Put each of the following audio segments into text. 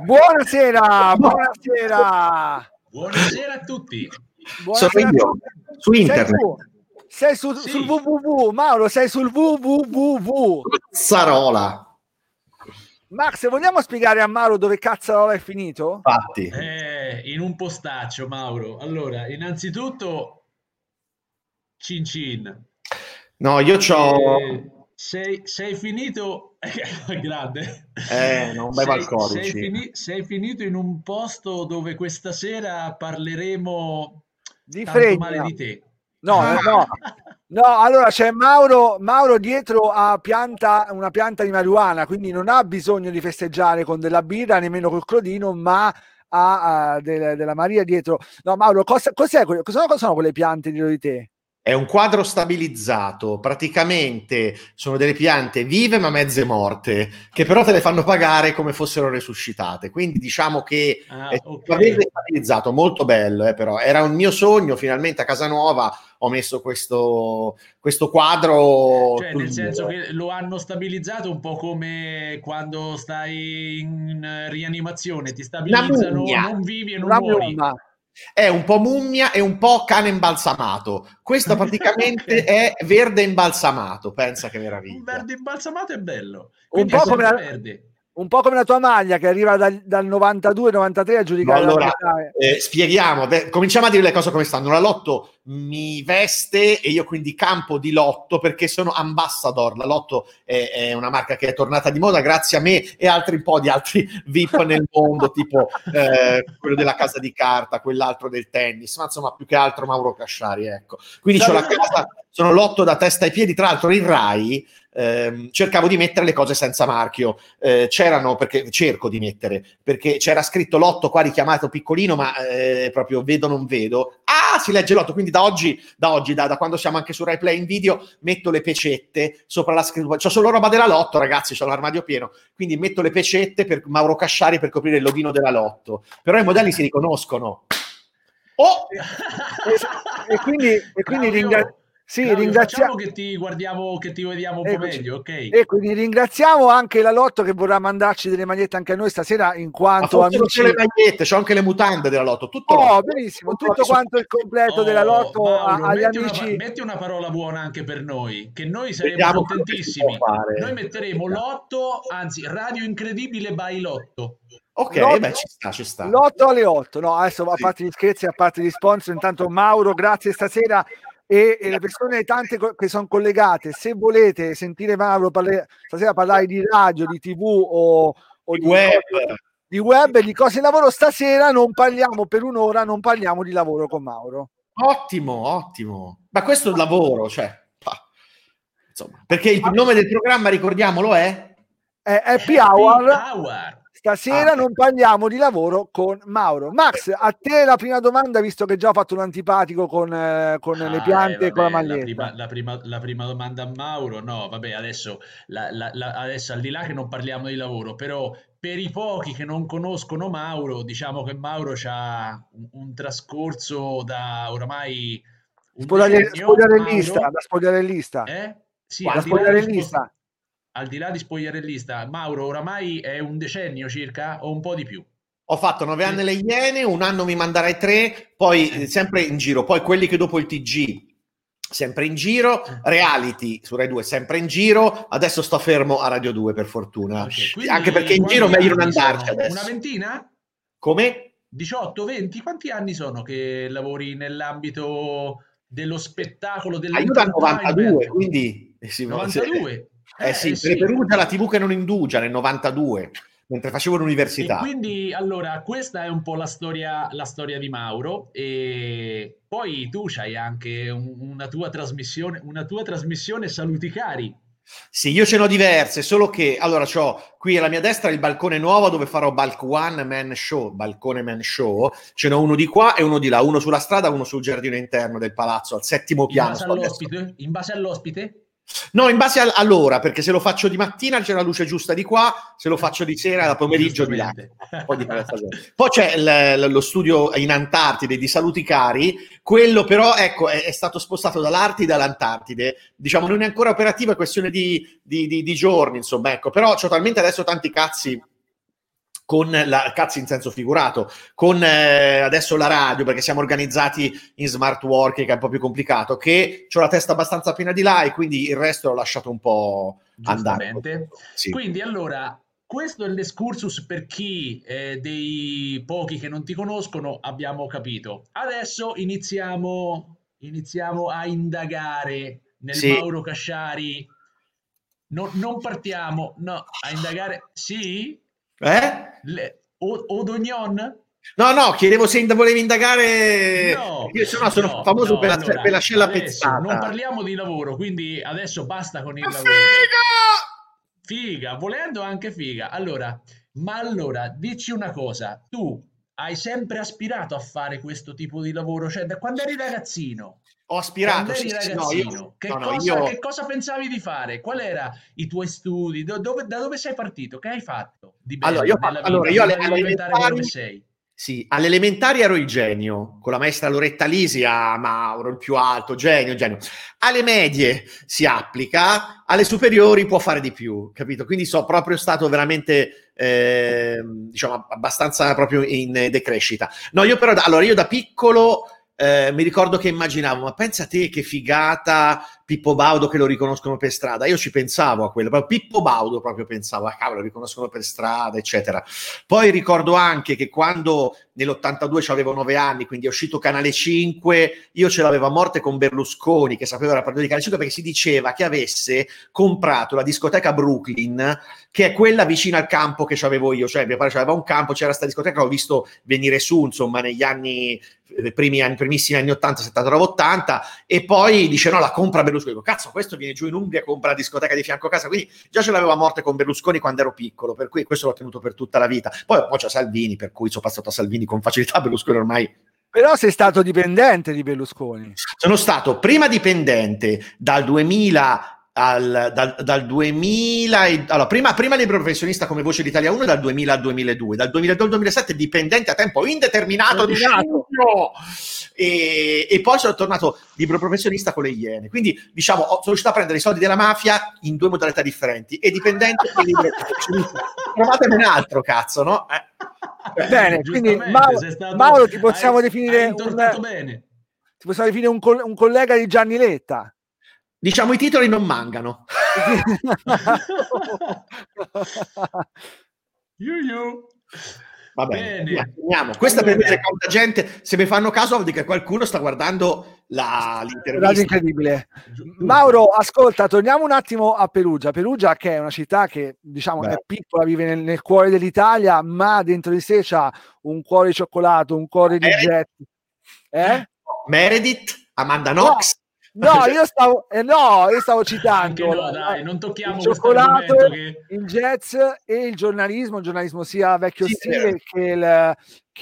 Buonasera, buonasera. Buonasera a tutti. Buonasera. Sono io, su internet. Sei sul www, Mauro, sei sul www. Sarola. Max, vogliamo spiegare a Mauro dove cazzarola è finito? Infatti. In un postaccio, Mauro. Allora, innanzitutto, cin cin. No, io c'ho... Sei finito... grande. Non bevo alcolici. Sei finito in un posto dove questa sera parleremo Di tanto fregna. male di te. No, allora c'è Mauro dietro a una pianta di marijuana, quindi non ha bisogno di festeggiare con della birra, nemmeno col crodino, ma ha della Maria dietro. No, Mauro, cosa sono quelle piante dietro di te? È un quadro stabilizzato, praticamente sono delle piante vive ma mezze morte, che però te le fanno pagare come fossero resuscitate, quindi diciamo che è stabilizzato, molto bello, però era un mio sogno, finalmente a casa nuova ho messo questo quadro. Cioè, nel senso che lo hanno stabilizzato un po' come quando stai in rianimazione, ti stabilizzano, non vivi e non muori. È un po' mummia e un po' cane imbalsamato. Questo praticamente è verde imbalsamato. Pensa che meraviglia. Un verde imbalsamato è bello. Un po' come la tua maglia che arriva dal 92-93 a giudicare. Allora, spieghiamo, cominciamo a dire le cose come stanno. La Lotto mi veste e io quindi campo di Lotto perché sono ambassador. La Lotto è una marca che è tornata di moda grazie a me e un po' di altri VIP nel mondo, tipo quello della casa di carta, quell'altro del tennis, ma insomma più che altro Mauro Casciari, ecco. Quindi c'ho la casa, sono Lotto da testa ai piedi. Tra l'altro il Rai cercavo di mettere le cose senza marchio, perché cerco di mettere, perché c'era scritto Lotto qua richiamato piccolino, ma proprio vedo non vedo. Si legge Lotto, quindi da quando siamo anche su Rai Play in video metto le pecette sopra la scrittura. C'ho solo roba della Lotto, ragazzi, c'ho l'armadio pieno, quindi metto le pecette per Mauro Casciari per coprire il logino della Lotto, però i modelli si riconoscono. E quindi ringraziamo. Sì, ringraziamo che ti guardiamo, che ti vediamo un po' meglio, ok? E quindi ringraziamo anche la Lotto che vorrà mandarci delle magliette anche a noi stasera, in quanto amici. Le magliette, c'ho anche le mutande della Lotto, tutto Lotto. Benissimo, tutto quanto il completo della Lotto. Mauro, agli amici. Metti una parola buona anche per noi, che noi saremo contentissimi. Noi metteremo Lotto, anzi Radio Incredibile by Lotto. Ok, Lotto, ci sta. Lotto alle 8. No, adesso a parte gli scherzi, a parte gli sponsor, intanto Mauro, grazie stasera. E le persone tante che sono collegate, se volete sentire Mauro stasera parlare di radio, di TV o di web e di cose di lavoro, stasera non parliamo per un'ora, non parliamo di lavoro con Mauro. Ottimo. Ma questo è un lavoro, cioè, insomma, perché il nome del programma, ricordiamolo, è Happy Hour. Stasera non parliamo di lavoro con Mauro. Max, a te la prima domanda, visto che già ho fatto un antipatico con le piante e con la maglietta. La prima domanda a Mauro, no, vabbè, adesso al di là che non parliamo di lavoro, però per i pochi che non conoscono Mauro, diciamo che Mauro ha un trascorso da oramai spogliarellista. Sì, la spogliarellista. Al di là di spogliarellista, Mauro oramai è un decennio circa o un po' di più. Ho fatto 9 anni alle Iene, un anno mi mandarai 3, poi sempre in giro, poi quelli che dopo il TG sempre in giro, reality su Rai 2 sempre in giro, adesso sto fermo a Radio 2 per fortuna, anche perché in giro meglio non andarci adesso. Una ventina? Come? 18, 20? Quanti anni sono che lavori nell'ambito dello spettacolo? Io dal 92, quindi... 92? Sì, Perugia la TV che non indugia nel 92, mentre facevo l'università. E quindi, allora, questa è un po' la storia di Mauro, e poi tu c'hai anche una tua trasmissione Saluti Cari. Sì, io ce n'ho diverse, solo che, allora, c'ho qui alla mia destra il balcone nuovo dove farò balcone man show, ce n'ho uno di qua e uno di là, uno sulla strada, uno sul giardino interno del palazzo, al 7° piano. In base all'ospite? No, in base all'ora, perché se lo faccio di mattina c'è la luce giusta di qua, se lo faccio di sera da pomeriggio di là. Poi c'è lo studio in Antartide di Saluti Cari, quello però ecco è stato spostato dall'Artide all'Antartide, diciamo non è ancora operativo, è questione di giorni, insomma, ecco, però c'ho talmente adesso tanti cazzi con la cazzo in senso figurato, con adesso la radio, perché siamo organizzati in smart working, che è un po' più complicato, che ho la testa abbastanza piena di là e quindi il resto l'ho lasciato un po' andare. Sì. Quindi allora, questo è l'escursus per chi dei pochi che non ti conoscono, abbiamo capito. Adesso iniziamo a indagare nel Mauro Casciari. Non partiamo, no, a indagare, sì? Odognon? No, chiedevo se volevi indagare. No, io sono famoso per la scella pezzata. Non parliamo di lavoro, quindi adesso basta con il lavoro. Figa, volendo anche figa. Allora, dici una cosa, tu hai sempre aspirato a fare questo tipo di lavoro, cioè da quando eri ragazzino? Ho aspirato, Che cosa pensavi di fare? Qual era i tuoi studi? Da dove sei partito? Che hai fatto di bello io alle elementari ero il genio, con la maestra Loretta Lisia, Mauro il più alto, genio. Alle medie si applica, alle superiori può fare di più, capito? Quindi sono proprio stato veramente, diciamo, abbastanza proprio in decrescita. No, io da piccolo mi ricordo che immaginavo, ma pensa te che figata Pippo Baudo che lo riconoscono per strada. Io ci pensavo a quello, proprio Pippo Baudo proprio pensavo, cavolo, lo riconoscono per strada, eccetera. Poi ricordo anche che quando nell'82 avevo 9 anni, quindi è uscito Canale 5, io ce l'avevo a morte con Berlusconi, che sapeva la partita di Canale 5, perché si diceva che avesse comprato la discoteca Brooklyn, che è quella vicina al campo che c'avevo io, cioè mio padre aveva un campo, c'era sta discoteca, ho visto venire su, insomma, negli anni primissimi anni 80, 70, 80, e poi dice no, la compra Berlusconi. Dico, cazzo, questo viene giù in Umbria e compra la discoteca di fianco a casa, quindi già ce l'avevo a morte con Berlusconi quando ero piccolo, per cui questo l'ho tenuto per tutta la vita. Poi c'è Salvini, per cui sono passato a Salvini con facilità. Berlusconi ormai. Però sei stato dipendente di Berlusconi. Sono stato prima dipendente dal 2000 dal 2000 allora, prima libero professionista come voce d'Italia 1 dal 2000 al 2002, dal 2002 al 2007 dipendente a tempo indeterminato di e poi sono tornato libero professionista con le Iene, quindi diciamo sono riuscito a prendere i soldi della mafia in 2 modalità differenti, e dipendente e libero professionista. Trovatene un altro, cazzo, no? Bene, quindi Mauro ti possiamo definire un collega di Gianni Letta. Diciamo i titoli non mancano. Va bene, andiamo. Questa per me è quanta gente, se mi fanno caso vuol dire che qualcuno sta guardando l'intervista. Incredibile. Mauro, ascolta, torniamo un attimo a Perugia. Perugia, che è una città che diciamo è piccola, vive nel cuore dell'Italia, ma dentro di sé c'ha un cuore di cioccolato, un cuore di jet. Meredith, Amanda Knox. No, io stavo citando non tocchiamo il cioccolato, il jazz e il giornalismo sia vecchio stile che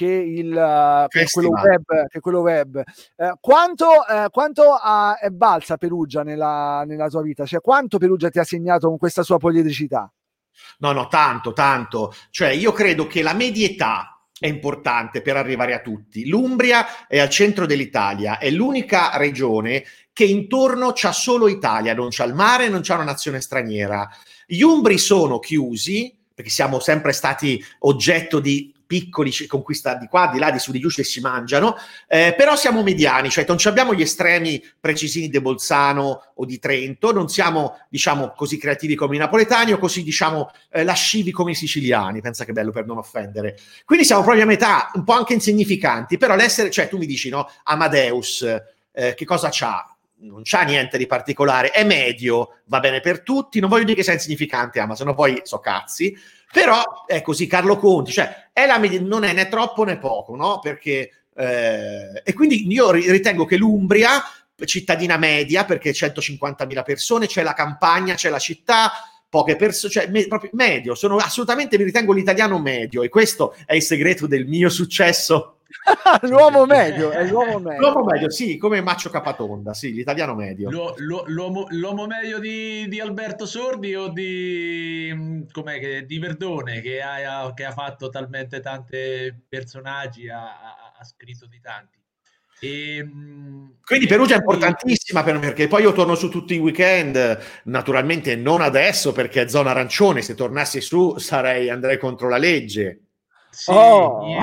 quello web. Quanto è balza Perugia nella tua vita? Cioè, quanto Perugia ti ha segnato con questa sua poliedricità? No, tanto. Cioè, io credo che la medietà è importante per arrivare a tutti. L'Umbria è al centro dell'Italia, è l'unica regione che intorno c'ha solo Italia, non c'ha il mare, non c'ha una nazione straniera. Gli umbri sono chiusi, perché siamo sempre stati oggetto di piccoli conquista di qua, di là, di su, di giù, che si mangiano, però siamo mediani, cioè non abbiamo gli estremi precisini di Bolzano o di Trento, non siamo, diciamo, così creativi come i napoletani o così, diciamo, lascivi come i siciliani, pensa che bello per non offendere. Quindi siamo proprio a metà, un po' anche insignificanti, però l'essere, cioè tu mi dici, no, Amadeus, che cosa c'ha? Non c'ha niente di particolare, è medio, va bene per tutti, non voglio dire che sia insignificante, ma sennò poi so cazzi, però è così. Carlo Conti, cioè è non è né troppo né poco, no? Perché e quindi io ritengo che l'Umbria, cittadina media, perché 150.000 persone, c'è la campagna, c'è la città, poche persone, cioè proprio medio, sono assolutamente, mi ritengo l'italiano medio, e questo è il segreto del mio successo. L'uomo medio, è l'uomo medio, sì, come Maccio Capatonda, sì, l'italiano medio. L'uomo medio di Alberto Sordi o di Verdone, che ha fatto talmente tanti personaggi, ha scritto di tanti. Quindi Perugia è importantissima per me, perché poi io torno su tutti i weekend, naturalmente non adesso perché è zona arancione, se tornassi su andrei contro la legge. Sì, Oh!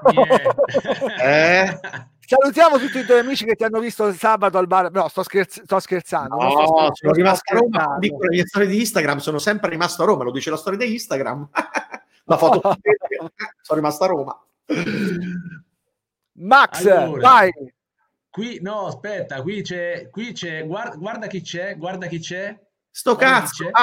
Salutiamo tutti i tuoi amici che ti hanno visto sabato al bar. No, sto scherzando. Non No, sono rimasto a Roma. scherzando. Dico le mie storie di Instagram, sono sempre rimasto a Roma. Lo dice la storia di Instagram. La foto sono rimasto a Roma. Max, Allora, vai. qui no, aspetta, qui c'è guarda chi c'è, Sto guarda chi cazzo. c'è.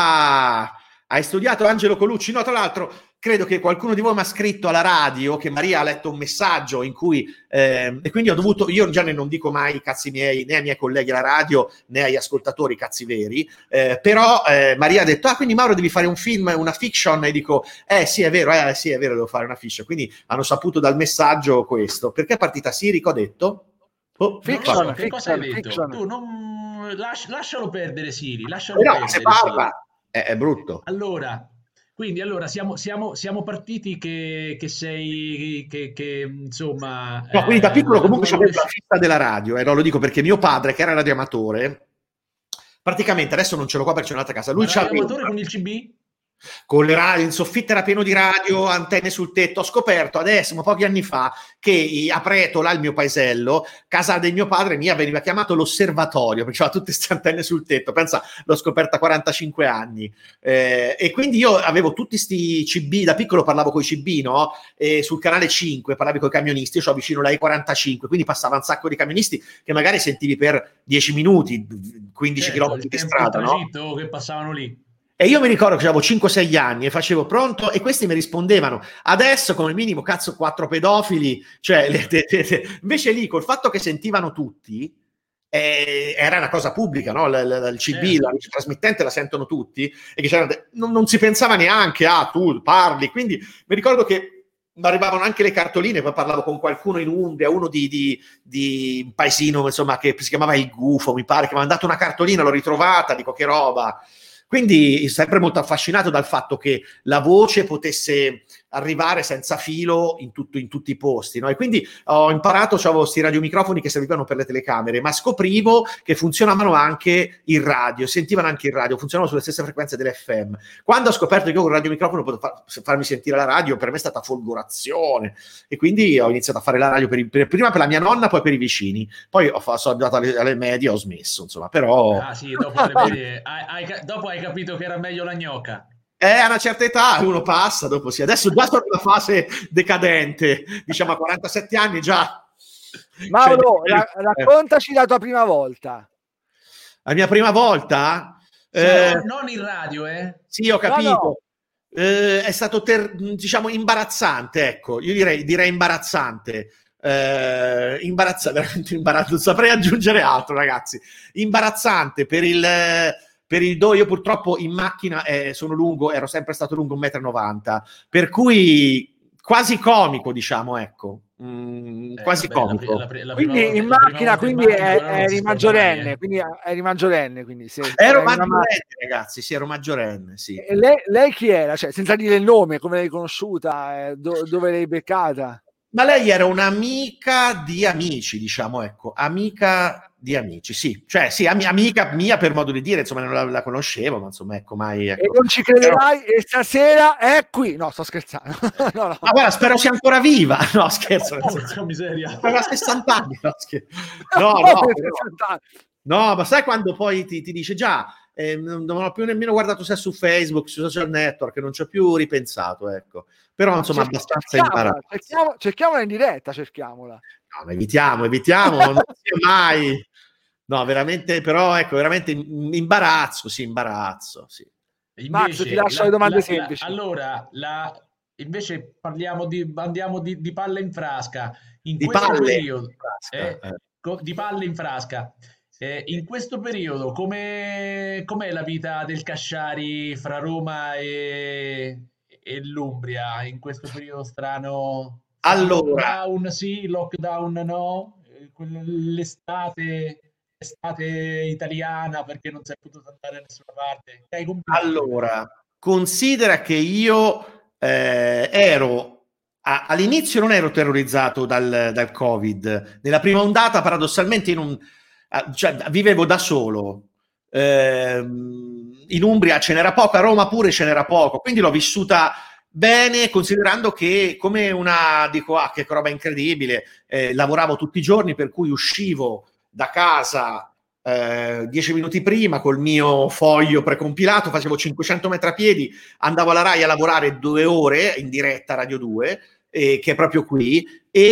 Hai studiato Angelo Colucci? No, tra l'altro credo che qualcuno di voi mi ha scritto alla radio che Maria ha letto un messaggio in cui e quindi io già non dico mai i cazzi miei né ai miei colleghi alla radio né agli ascoltatori cazzi veri, però Maria ha detto quindi Mauro devi fare un film, una fiction, e dico sì è vero, devo fare una fiction, quindi hanno saputo dal messaggio questo. Perché è partita Sirico, ha detto Fiction, che cosa hai detto? fiction. Tu non lascialo perdere Siri, lascialo no, perdere se Siri. parla è brutto. Allora siamo partiti che sei che insomma No, quindi da piccolo la comunque tua c'avevo la fissa della radio, lo dico perché mio padre, che era radioamatore, praticamente adesso non ce l'ho qua perché c'è un'altra casa, lui c'aveva radioamatore con il CB? con le radio in soffitta, era pieno di radio, antenne sul tetto. Ho scoperto adesso, pochi anni fa, che a Pretola, il mio paesello, casa del mio padre mia, veniva chiamato l'osservatorio, perché aveva tutte queste antenne sul tetto. Pensa, l'ho scoperta a 45 anni. E quindi io avevo tutti sti CB, da piccolo parlavo coi CB, no? E sul canale 5 parlavi con i camionisti, io ho vicino la E45, quindi passava un sacco di camionisti che magari sentivi per 10 minuti, 15 km di strada, il no? tragitto che passavano lì. E io mi ricordo che avevo 5-6 anni e facevo pronto, e questi mi rispondevano adesso come minimo 4 pedofili, cioè invece lì col fatto che sentivano tutti era una cosa pubblica, no? Il CB, certo. La trasmittente la sentono tutti, e che non si pensava neanche tu parli, quindi mi ricordo che arrivavano anche le cartoline. Poi parlavo con qualcuno in Umbria, uno di un paesino insomma che si chiamava Il Gufo, mi pare, che mi ha mandato una cartolina, l'ho ritrovata, dico che roba. Quindi sempre molto affascinato dal fatto che la voce potesse arrivare senza filo in tutti i posti, no? E quindi ho imparato, avevo questi radiomicrofoni che servivano per le telecamere, ma scoprivo che funzionavano anche in radio, sentivano anche in radio, funzionavano sulle stesse frequenze dell'FM. Quando ho scoperto che io con il radiomicrofono potevo farmi sentire la radio, per me è stata folgorazione, e quindi ho iniziato a fare la radio prima per la mia nonna, poi per i vicini, poi sono andato alle medie e ho smesso, insomma, però... sì, dopo le medie dopo hai capito che era meglio la gnocca. A una certa età uno passa, dopo sì. Adesso già sono in una fase decadente, diciamo a 47 anni già. Mauro, raccontaci la tua prima volta. La mia prima volta? Non in radio, Sì, ho capito. No. È stato diciamo imbarazzante, ecco. Io direi imbarazzante. Veramente imbarazzante. Non saprei aggiungere altro, ragazzi. Imbarazzante per il io purtroppo in macchina sono lungo, ero sempre stato lungo 1,90 m, per cui quasi comico, diciamo, ecco. Quasi comico. Quindi in macchina, quindi eri maggiorenne, quindi eri maggiorenne, quindi ero maggiorenne, ragazzi, sì, ero maggiorenne, sì. E lei chi era? Cioè, senza dire il nome, come l'hai conosciuta, dove l'hai beccata? Ma lei era un'amica di amici, diciamo, ecco, amica di amici, sì, cioè sì, amica mia per modo di dire, insomma, non la conoscevo, ma insomma, ecco, mai... Ecco. E non ci crederai, e stasera è qui. No, sto scherzando. No. Ma guarda, spero sia ancora viva. No, scherzo. Porca miseria. Aveva 60 anni. No, ma sai quando poi ti dice già, non ho più nemmeno guardato se è su Facebook, su social network, non ci ho più ripensato, ecco. Però insomma abbastanza imbarazzo. Cerchiamola in diretta, cerchiamola. No, ma evitiamo, non sia mai. No, veramente, però ecco, veramente imbarazzo, sì. Invece, Max, ti lascio le domande semplici. Allora, invece andiamo di palle in frasca. In di questo palle periodo, in frasca, di palle in frasca. In questo periodo, com'è la vita del Casciari fra Roma e l'Umbria in questo periodo strano? Allora, lockdown sì, lockdown no, l'estate italiana perché non si è potuto andare da nessuna parte. Allora, considera che io all'inizio non ero terrorizzato dal Covid. Nella prima ondata, paradossalmente, vivevo da solo. In Umbria ce n'era poco, a Roma pure ce n'era poco, quindi l'ho vissuta bene, considerando che come dico, che roba incredibile, lavoravo tutti i giorni, per cui uscivo da casa 10 minuti prima col mio foglio precompilato, facevo 500 metri a piedi, andavo alla Rai a lavorare 2 ore in diretta Radio 2, che è proprio qui,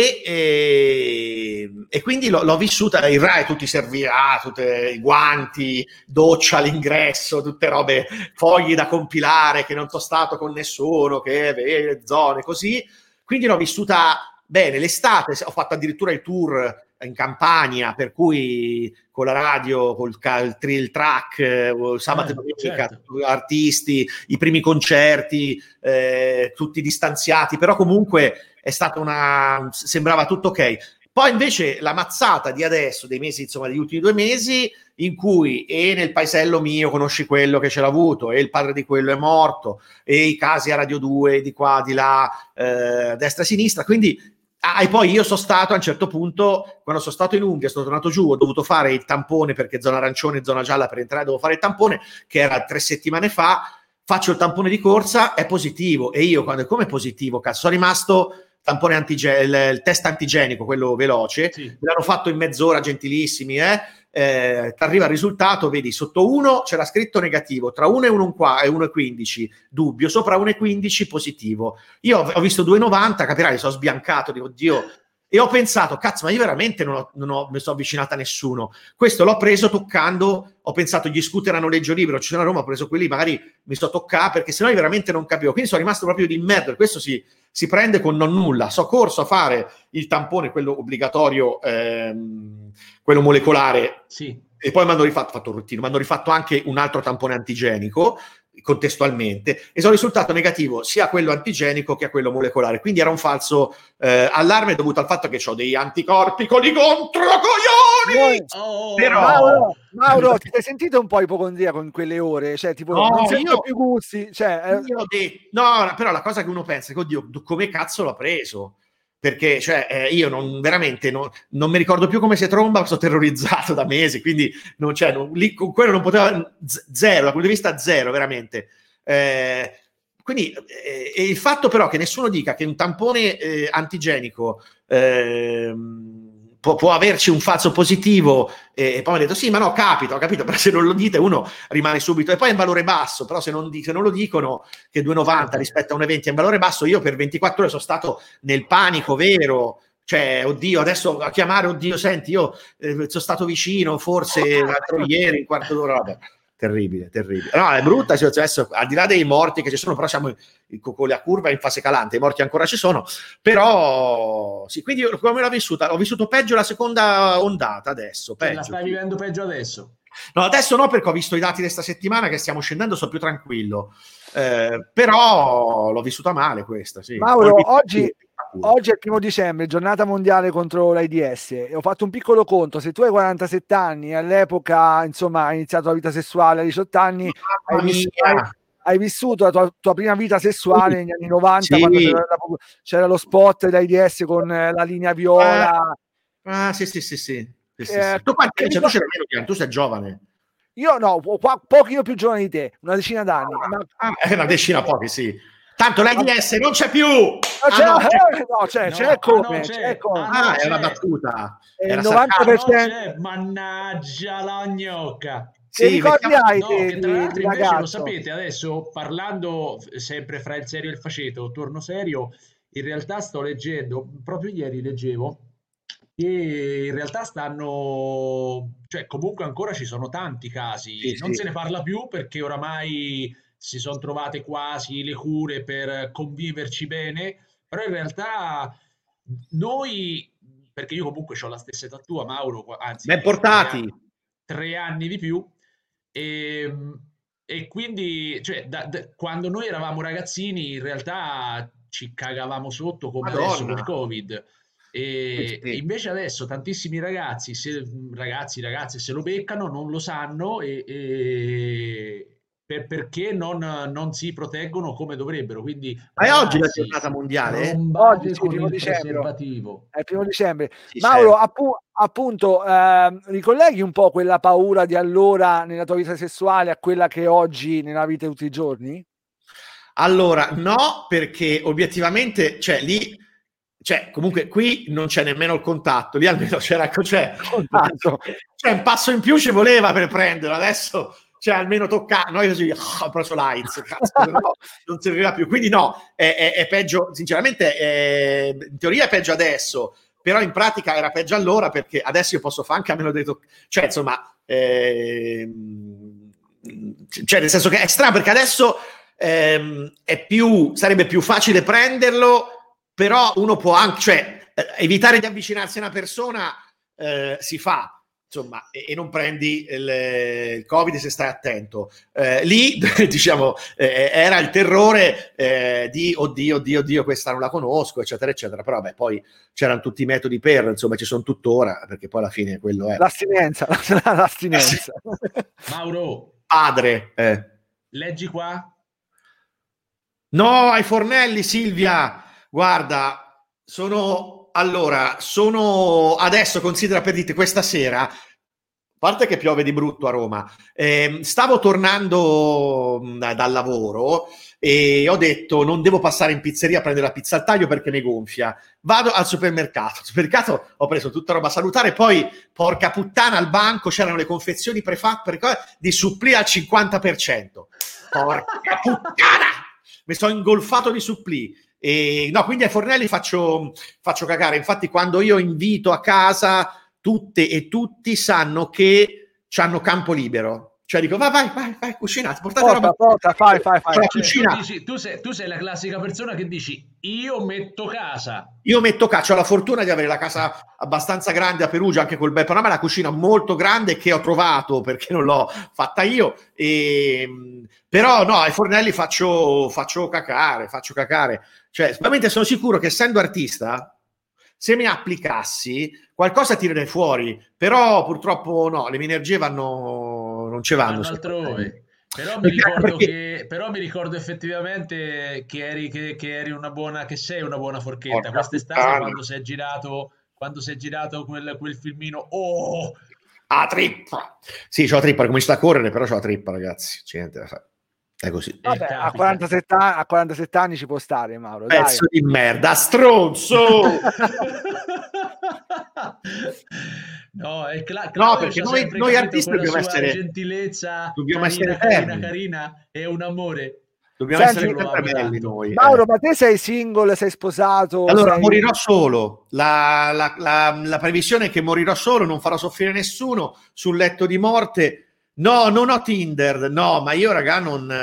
e quindi l'ho vissuta. Il Rai, tutti tutti i guanti, doccia all'ingresso, tutte robe, fogli da compilare che non t'ho stato con nessuno, che zone così, quindi l'ho vissuta bene. L'estate ho fatto addirittura il tour in Campania, per cui con la radio, col il track, sabato e domenica, certo. Artisti, i primi concerti, tutti distanziati, però comunque è stata sembrava tutto ok. Poi invece la mazzata di adesso, dei mesi, insomma, degli ultimi 2 mesi, in cui nel paesello mio conosci quello che ce l'ha avuto, e il padre di quello è morto, e i casi a Radio 2 di qua, di là, destra e sinistra, quindi e poi io sono stato a un certo punto, quando sono stato in Umbria, sono tornato giù, ho dovuto fare il tampone, perché zona arancione e zona gialla per entrare devo fare il tampone, che era 3 settimane fa. Faccio il tampone di corsa, è positivo, e io come positivo, cazzo, sono rimasto tampone il test antigenico, quello veloce, sì. Me l'hanno fatto in mezz'ora, gentilissimi, t'arriva il risultato, vedi, sotto 1 c'era scritto negativo, tra 1 e 1,15 dubbio, sopra 1,15 positivo. Io ho visto 2,90, capirai, sono sbiancato, dico, oddio, e ho pensato, cazzo, ma io veramente non mi sono avvicinato a nessuno. Questo l'ho preso toccando, ho pensato, gli scooter a noleggio libero, ci sono a Roma, ho preso quelli, magari mi sto toccando, perché sennò io veramente non capivo, quindi sono rimasto proprio di merda. Questo si prende con non nulla. So corso a fare il tampone, quello obbligatorio, quello molecolare, sì. E poi mi hanno fatto un routine, mi hanno rifatto anche un altro tampone antigenico contestualmente, e sono risultato negativo sia a quello antigenico che a quello molecolare, quindi era un falso allarme dovuto al fatto che ho dei anticorpi con i controcoglioni. Però Mauro, ti sei sentito un po' ipocondriaco in quelle ore? Cioè, tipo, non sento più gusti. Cioè, no, però la cosa che uno pensa è che, oddio, come cazzo l'ho preso? Perché io non mi ricordo più come si tromba, sono terrorizzato da mesi, quindi lì con quello non poteva, zero, dal punto di vista zero, veramente. Quindi il fatto però che nessuno dica che un tampone antigenico può averci un falso positivo, e poi mi ha detto sì, ma no, ho capito, però se non lo dite uno rimane subito, e poi è in valore basso, però se non lo dicono che 2,90 rispetto a 1,20 è in valore basso, io per 24 ore sono stato nel panico vero, cioè, oddio, adesso a chiamare, oddio, senti, io sono stato vicino, forse l'altro ieri, un quarto d'ora, vabbè. Terribile. No, è brutta situazione. Adesso, al di là dei morti che ci sono, però siamo con la curva in fase calante, i morti ancora ci sono, però sì, quindi io come l'ho vissuta? Ho vissuto peggio la seconda ondata adesso. Peggio. La stai vivendo peggio adesso? No, adesso no, perché ho visto i dati di questa settimana che stiamo scendendo, sono più tranquillo. Però l'ho vissuta male questa, sì. Mauro, oggi è il 1° dicembre, giornata mondiale contro l'AIDS, e ho fatto un piccolo conto. Se tu hai 47 anni e all'epoca, insomma, hai iniziato la vita sessuale a 18 anni, hai vissuto la tua prima vita sessuale negli anni 90, quando c'era lo spot dell'AIDS con la linea viola. Sì. Tu quanti anni? Tu sei meno, tu sei giovane. Io no, pochi più giovane di te, una decina d'anni. Una decina, pochi, sì. Tanto l'AIDS non c'è più. C'è come. È una battuta. Il 90%. Mannaggia la gnocca. Che ricordi hai che tra l'altro invece lo sapete adesso, parlando sempre fra il serio e il faceto, torno serio, in realtà sto leggendo, proprio ieri leggevo, che in realtà cioè comunque ancora ci sono tanti casi, non se ne parla più perché oramai si sono trovate quasi le cure per conviverci bene, però in realtà noi, perché io comunque ho la stessa età tua, Mauro, anzi ben portati 3 anni di più, e quindi cioè, quando noi eravamo ragazzini in realtà ci cagavamo sotto come adesso con il Covid. E invece adesso tantissimi ragazze se lo beccano, non lo sanno perché non si proteggono come dovrebbero. Quindi è oggi la giornata mondiale? Oggi con il preservativo. È il 1° dicembre. Mauro, appunto, ricolleghi un po' quella paura di allora nella tua vita sessuale a quella che è oggi nella vita di tutti i giorni? Allora, no, perché obiettivamente, cioè lì, cioè comunque qui non c'è nemmeno il contatto, lì almeno c'era, cioè un passo in più ci voleva per prenderlo, adesso cioè almeno toccare, noi così, ho preso l'AIDS, cazzo, però non serviva più, quindi no, è peggio, sinceramente, in teoria è peggio adesso, però in pratica era peggio allora, perché adesso io posso fare anche a meno di cioè insomma, cioè nel senso che è strano, perché adesso sarebbe più facile prenderlo, però uno può anche, cioè evitare di avvicinarsi a una persona si fa, insomma, e non prendi il Covid se stai attento. Lì, diciamo, era il terrore di oddio, questa non la conosco, eccetera, eccetera. Però, beh, poi c'erano tutti i metodi per, insomma, ci sono tuttora, perché poi alla fine quello è. L'astinenza. Mauro. Padre. Leggi qua. No, ai fornelli, Silvia. Guarda, sono adesso, considera, per dirti, questa sera, a parte che piove di brutto a Roma, stavo tornando dal lavoro e ho detto non devo passare in pizzeria a prendere la pizza al taglio perché mi gonfia, vado al supermercato. Ho preso tutta roba salutare, poi porca puttana, al banco c'erano le confezioni prefatte di supplì al 50%, porca puttana, mi sono ingolfato di supplì. E no, quindi ai fornelli faccio cagare. Infatti quando io invito a casa, tutte e tutti sanno che hanno campo libero. Cioè dico, vai, cucinate, portate roba. Fai. Cioè, tu sei la classica persona che dici, io metto casa. Ho la fortuna di avere la casa abbastanza grande a Perugia, anche col bel panorama, la cucina molto grande che ho trovato perché non l'ho fatta io. Però no, ai fornelli faccio cacare. Cioè, sicuramente sono sicuro che, essendo artista, se mi applicassi qualcosa tirerei fuori, però purtroppo no, le mie energie non ci vanno altrove. Però mi ricordo effettivamente che eri una buona, che sei una buona forchetta. Quest'estate quando sei girato quel filmino, trippa. Sì, c'ho la trippa, come sta a correre, però c'ho la trippa, ragazzi. C'è niente da fare. È così. Vabbè, a 47 anni ci può stare, Mauro. Pezzo di merda, stronzo! No, perché noi artisti dobbiamo essere gentilezza, carina, è un amore. Dobbiamo essere sempre belli noi. Mauro, ma te sei single, sei sposato? Allora, morirò solo. La previsione è che morirò solo, non farò soffrire nessuno sul letto di morte. No, non ho Tinder, no, ma io, raga,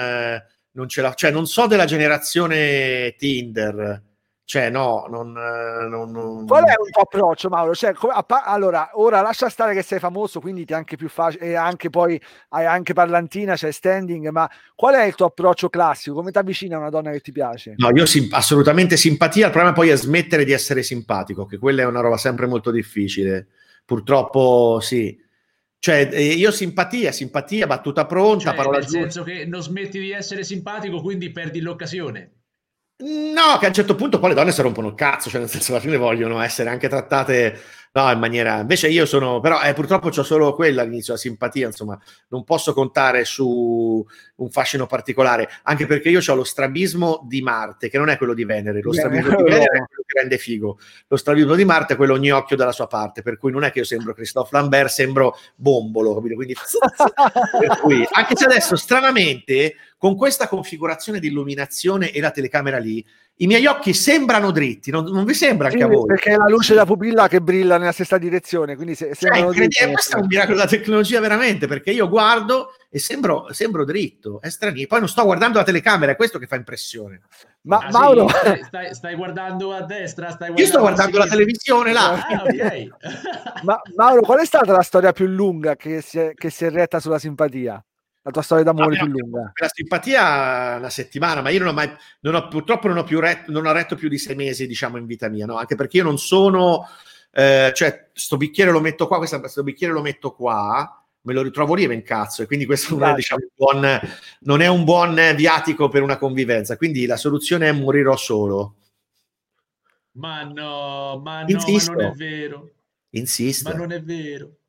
non ce l'ho, cioè non so della generazione Tinder, cioè no, non. Qual è il tuo approccio, Mauro? Cioè, allora, ora lascia stare che sei famoso, quindi ti è anche più facile, e anche poi hai anche parlantina, c'è standing, ma qual è il tuo approccio classico? Come ti avvicina a una donna che ti piace? No, io assolutamente simpatia, il problema poi è smettere di essere simpatico, che quella è una roba sempre molto difficile, purtroppo sì. Cioè, io simpatia, battuta pronta, parola nel senso che non smetti di essere simpatico, quindi perdi l'occasione. No, che a un certo punto poi le donne si rompono il cazzo, cioè nel senso, alla fine vogliono essere anche trattate, no, in maniera. Invece io sono, però purtroppo c'ho solo quella all'inizio, la simpatia, insomma, non posso contare su un fascino particolare, anche perché io ho lo strabismo di Marte, che non è quello di Venere. Lo strabismo di Venere è quello che rende figo, lo strabismo di Marte è quello ogni occhio dalla sua parte, per cui non è che io sembro Christophe Lambert, sembro Bombolo, capito? Quindi per cui, anche se adesso stranamente con questa configurazione di illuminazione e la telecamera lì, i miei occhi sembrano dritti, non vi sembra anche a voi? Perché è la luce della pupilla che brilla nella stessa direzione, quindi sembrano dritti. Questo è un miracolo della tecnologia veramente, perché io guardo e sembro dritto, è strano. Poi non sto guardando la telecamera, è questo che fa impressione. Ma Mauro, stai guardando a destra? Io sto guardando la televisione là. Ok. Ma Mauro, qual è stata la storia più lunga che si è retta sulla simpatia? La tua storia d'amore più lunga? La simpatia una settimana, ma io purtroppo non ho retto più di 6 mesi, diciamo, in vita mia, no? Anche perché io non sono, cioè, sto bicchiere lo metto qua, questo bicchiere lo metto qua, me lo ritrovo lì e in cazzo, e quindi questo non è, diciamo, non è un buon viatico per una convivenza, quindi la soluzione è morirò solo. Ma non è vero. Insisto. Ma non è vero.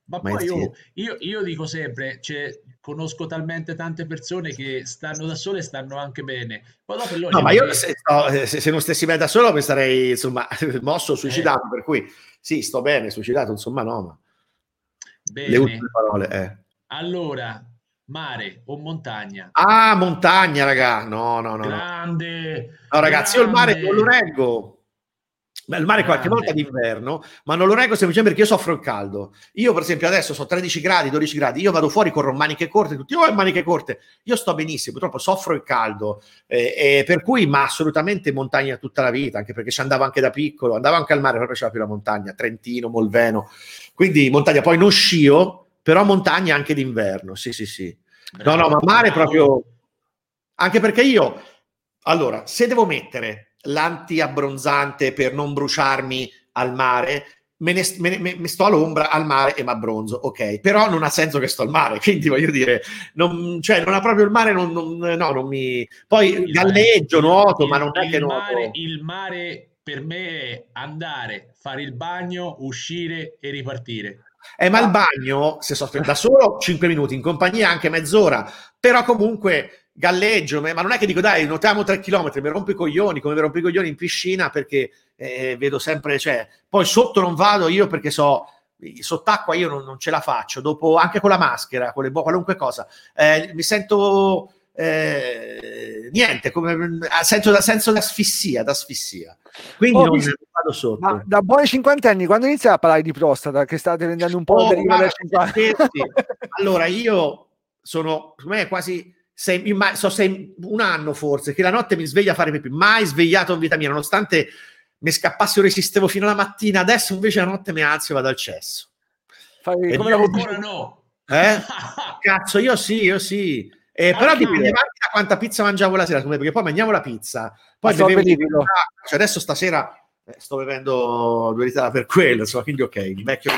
Ma poi io dico sempre, conosco talmente tante persone che stanno da sole e stanno anche bene. Poi dopo no, ma io se non stessi bene da solo mi sarei insomma mosso, suicidato, per cui sì, sto bene, suicidato, insomma no, ma bene. Le ultime parole. Allora, mare o montagna? Ah, montagna, raga. No. Grande. No, ragazzi, io il mare non lo reggo. Beh, il mare qualche volta d'inverno, ma non lo reggo semplicemente perché io soffro il caldo. Io, per esempio, adesso sono 13 gradi, 12 gradi, io vado fuori, corro maniche corte, tutti maniche corte. Io sto benissimo, purtroppo soffro il caldo, per cui, ma assolutamente montagna tutta la vita, anche perché ci andavo anche da piccolo, andavo anche al mare, proprio c'era più la montagna, Trentino, Molveno. Quindi montagna, poi non scio, però montagna anche d'inverno, sì. Bravo, no, ma mare proprio... Anche perché io, allora, se devo mettere l'anti-abbronzante per non bruciarmi al mare, me sto all'ombra al mare e mi abbronzo, ok, però non ha senso che sto al mare, quindi voglio dire, non ha proprio il mare, non mi... Poi galleggio, nuoto, ma non è che nuoto. Il mare per me è andare, fare il bagno, uscire e ripartire. Ma il bagno, se sto da solo 5 minuti, in compagnia anche mezz'ora, però comunque galleggio, ma non è che dico dai, nuotiamo 3 chilometri, mi rompo i coglioni, come mi rompo i coglioni in piscina, perché vedo sempre, poi sotto non vado io perché sott'acqua io non ce la faccio, dopo anche con la maschera, con qualunque cosa, mi sento niente, come senso d'asfissia, quindi non vado sotto. Ma da buoni 50 anni, quando inizia a parlare di prostata, che state vendendo un po' dai 50? Allora io sono, per me quasi un anno forse, che la notte mi sveglia a fare pipì, mai svegliato in vita mia, nonostante mi scappasse, resistevo fino alla mattina, adesso invece la notte mi alzo e vado al cesso. Come ancora no? Cazzo, io sì. Però dipende anche da quanta pizza mangiavo la sera, perché poi mangiamo la pizza, poi bevevo, adesso stasera sto bevendo 2 litri per quello, insomma, quindi ok, il vecchio.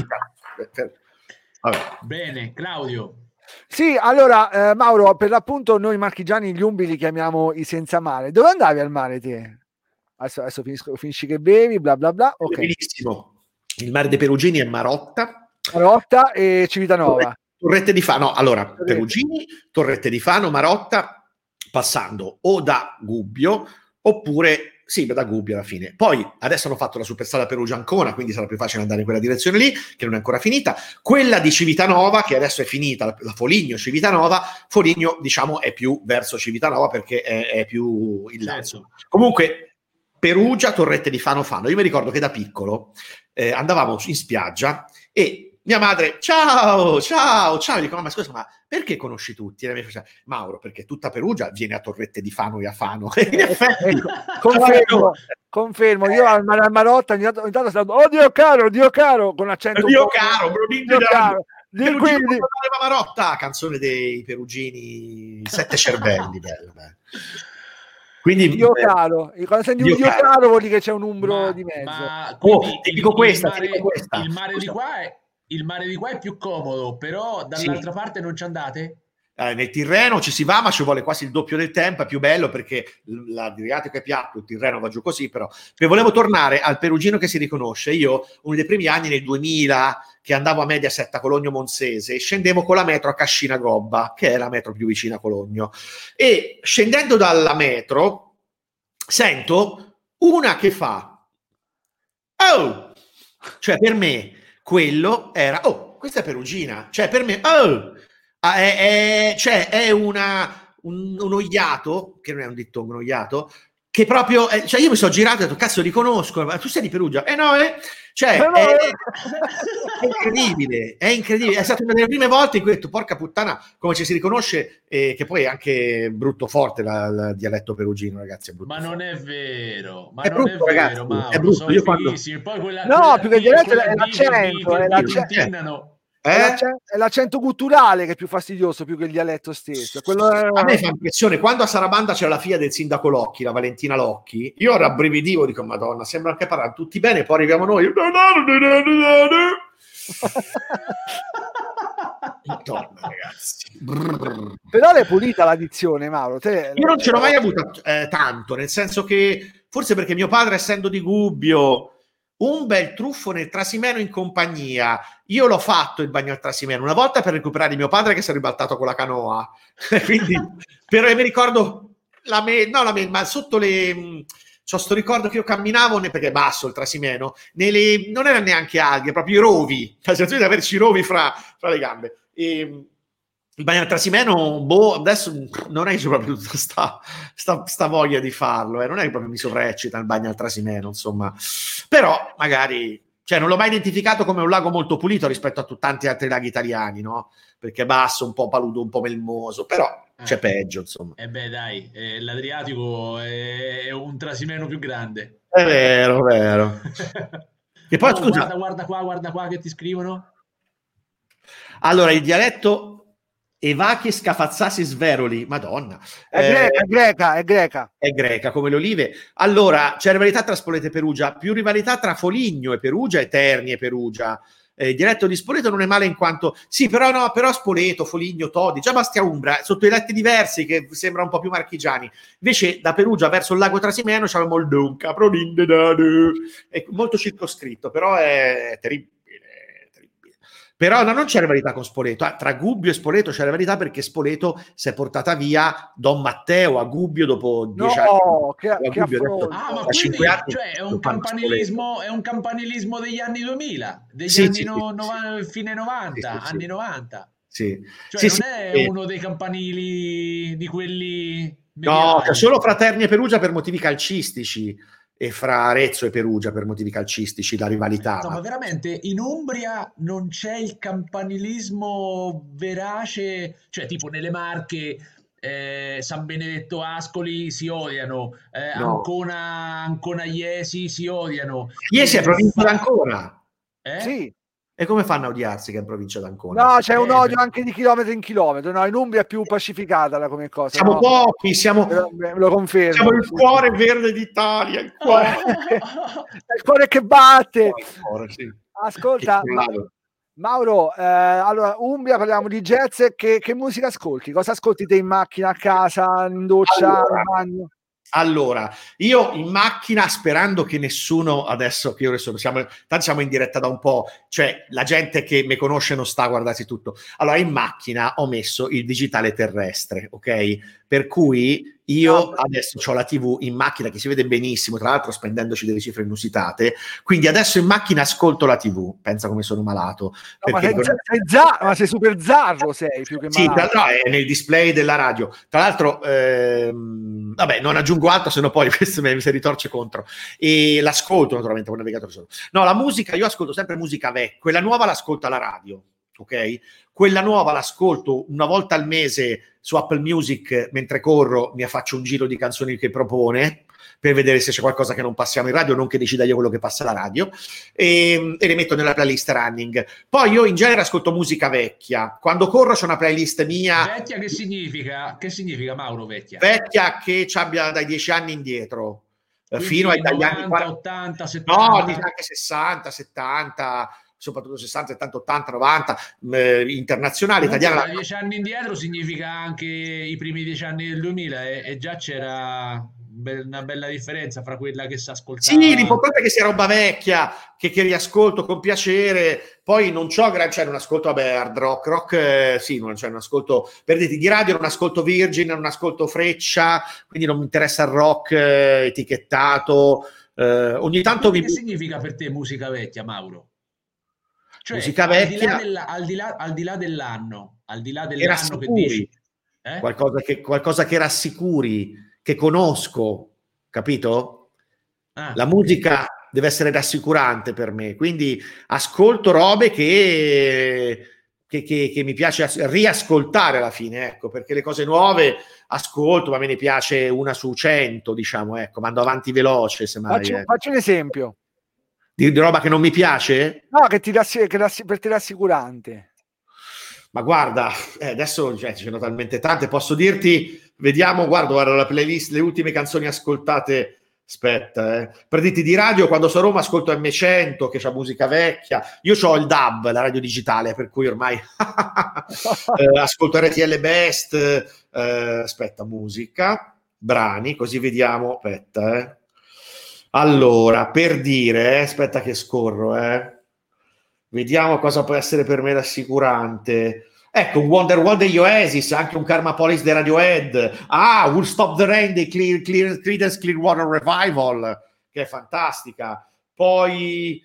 Vabbè. Bene, Claudio. Sì, allora Mauro, per l'appunto noi marchigiani gli umili li chiamiamo i senza mare. Dove andavi al mare te? Adesso finisci che bevi, bla bla bla. Ok. Benissimo. Il mare dei Perugini è Marotta e Civitanova. Torrette di Fano. Allora, Perugini, Torrette di Fano, Marotta, passando o da Gubbio oppure da Gubbio alla fine. Poi adesso hanno fatto la superstrada Perugia-Ancona, quindi sarà più facile andare in quella direzione lì, che non è ancora finita. Quella di Civitanova, che adesso è finita, la Foligno-Civitanova, Foligno diciamo è più verso Civitanova perché è più in là. Comunque Perugia, Torrette di Fano. Io mi ricordo che da piccolo andavamo in spiaggia e mia madre, ciao, dico, ma scusa, ma perché conosci tutti? E la mia faccia, Mauro, perché tutta Perugia viene a Torrette di Fano e a Fano. In effetti, confermo, io al Marotta ogni tanto stavo, oh Dio caro, con accento Dio caro, quindi Marotta, canzone dei Perugini, 7 cervelli, bello. Quindi Dio caro, quando senti un Dio caro vuol dire che c'è un umbro di mezzo. Ti dico questa. Il mare di qua è più comodo, però dall'altra parte non ci andate? Nel Tirreno ci si va, ma ci vuole quasi il doppio del tempo, è più bello perché l'Adriatico è piatto, il Tirreno va giù così, però. Volevo tornare al perugino che si riconosce. Io, uno dei primi anni nel 2000, che andavo a Mediaset a Cologno Monzese, e scendevo con la metro a Cascina Gobba, che è la metro più vicina a Cologno. E scendendo dalla metro, sento una che fa oh! Cioè per me quello era questa è Perugina, cioè per me è un oiato, che non è un dittongo, un oiato, che proprio cioè io mi sono girato e ho detto cazzo li conosco, ma tu sei di Perugia? No, cioè è incredibile, è stata una delle prime volte in cui ho detto porca puttana come ci si riconosce, che poi è anche brutto forte il dialetto perugino, ragazzi, è brutto. Ma non è vero, è brutto, ragazzi, Mauro, è brutto. Io quando... No, più che il dialetto è l'accento, è l'accento gutturale che è più fastidioso più che il dialetto stesso. A me fa impressione, quando a Sarabanda c'era la figlia del sindaco Locchi, la Valentina Locchi, io rabbrividivo, dico madonna, sembra che parlano tutti bene, poi arriviamo noi Madonna, ragazzi. Però l'è pulita la dizione, Mauro. Io non ce l'ho mai avuta tanto, nel senso che forse perché mio padre, essendo di Gubbio, un bel truffo nel Trasimeno in compagnia. Io l'ho fatto il bagno al Trasimeno una volta per recuperare mio padre che si è ribaltato con la canoa. Quindi, però mi ricordo ma sotto le... c'ho sto ricordo che io camminavo, perché è basso il Trasimeno, non erano neanche alghe, proprio i rovi, la sensazione di averci i rovi fra le gambe. E, il bagno al Trasimeno, adesso non è che c'è proprio tutta sta voglia di farlo, non è che proprio mi sovraccita il bagno al Trasimeno, insomma. Però magari, cioè non l'ho mai identificato come un lago molto pulito rispetto a tanti altri laghi italiani, no? Perché è basso, un po' paludo, un po' melmoso, però c'è peggio, insomma. Beh, dai, l'Adriatico è un Trasimeno più grande. È vero, vero. E poi, scusa, guarda qua che ti scrivono. Allora, il dialetto Evachis Cafazzasis Veroli, Madonna. È greca. È greca, come le olive. Allora, c'è rivalità tra Spoleto e Perugia, più rivalità tra Foligno e Perugia e Terni e Perugia. Il dialetto di Spoleto non è male in quanto... Sì, però Spoleto, Foligno, Todi, già Bastia Umbra, sotto i letti diversi che sembra un po' più marchigiani. Invece da Perugia verso il lago Trasimeno c'avevamo il Dunca, è molto circoscritto, però è terribile. Però non c'è rivalità con Spoleto, tra Gubbio e Spoleto c'è rivalità perché Spoleto si è portata via Don Matteo a Gubbio dopo 10 anni. Ma quindi cioè, è un campanilismo degli anni 2000, fine 90, anni 90. Sì. Cioè non è uno dei campanili di quelli mediali. No, c'è solo fra Terni e Perugia per motivi calcistici e fra Arezzo e Perugia per motivi calcistici la rivalità. No, ma veramente in Umbria non c'è il campanilismo verace, cioè tipo nelle Marche San Benedetto Ascoli si odiano, Ancona Iesi si odiano. Iesi è provincia d'Ancona. Sì. E come fanno a odiarsi che è in provincia d'Ancona? No, c'è un odio anche di chilometro in chilometro. No, in Umbria è più pacificata come cosa. Siamo pochi, lo confermo. Siamo il cuore verde d'Italia, il cuore. Il cuore che batte. Il cuore, sì. Ascolta, Mauro, allora Umbria, parliamo di jazz. Che musica ascolti? Cosa ascolti te in macchina, a casa, in doccia, in bagno? Allora, io in macchina, sperando che nessuno adesso, che io adesso tanto siamo in diretta da un po', cioè la gente che mi conosce non sta a guardarsi tutto. Allora, in macchina ho messo il digitale terrestre, ok? Per cui io adesso ho la TV in macchina che si vede benissimo, tra l'altro spendendoci delle cifre inusitate, quindi adesso in macchina ascolto la TV, pensa come sono malato. No, ma sei super zarro, sei più che malato. Sì, no, è nel display della radio. Tra l'altro, vabbè, non aggiungo altro, se no poi questo mi si ritorce contro. E l'ascolto naturalmente con il navigatore solo. No, la musica, io ascolto sempre musica vecchia, quella nuova l'ascolto alla radio. Ok? Quella nuova l'ascolto una volta al mese su Apple Music mentre corro, mi faccio un giro di canzoni che propone per vedere se c'è qualcosa che non passiamo in radio, non che decida io quello che passa alla radio, e le metto nella playlist running. Poi io in genere ascolto musica vecchia. Quando corro c'è una playlist mia. Vecchia che significa? Che significa, Mauro, vecchia? Vecchia che ci abbia dai 10 anni indietro. Quindi fino ai 90, anni 40, 80, 70. No, anche 60, 70, soprattutto 60, 70, 80, 90, internazionale, italiana. Da 10 anni indietro significa anche i primi 10 anni del 2000 e già c'era una bella differenza fra quella che si ascoltava. Sì, l'importante è che sia roba vecchia, che riascolto con piacere. Poi non c'ho non ascolto hard rock, sì, non ascolto, per dirti, di radio non ascolto Virgin, non ascolto Freccia, quindi non mi interessa il rock etichettato. Ogni tanto che significa per te musica vecchia, Mauro? Cioè, musica vecchia, al di là dell'anno che dici, qualcosa che rassicuri, che conosco, capito? La musica deve essere rassicurante per me, quindi ascolto robe che mi piace riascoltare alla fine, ecco, perché le cose nuove ascolto, ma me ne piace una su 100, diciamo, ecco, mando avanti veloce, semmai. Faccio un esempio. Di roba che non mi piace? No, per te rassicurante. Ma guarda, adesso ce ne sono talmente tante, posso dirti, vediamo, guarda la playlist, le ultime canzoni ascoltate, aspetta, per dirti di radio, quando sono a Roma ascolto M100, che c'ha musica vecchia, io ho il DAB, la radio digitale, per cui ormai ascolto RTL Best, aspetta, musica, brani, così vediamo, aspetta, Allora, per dire, aspetta che scorro, vediamo cosa può essere per me rassicurante. Ecco, un Wonderwall degli Oasis, anche un Karma Police dei Radiohead. Ah, Will Stop the Rain dei Creedence Clearwater Revival, che è fantastica. Poi,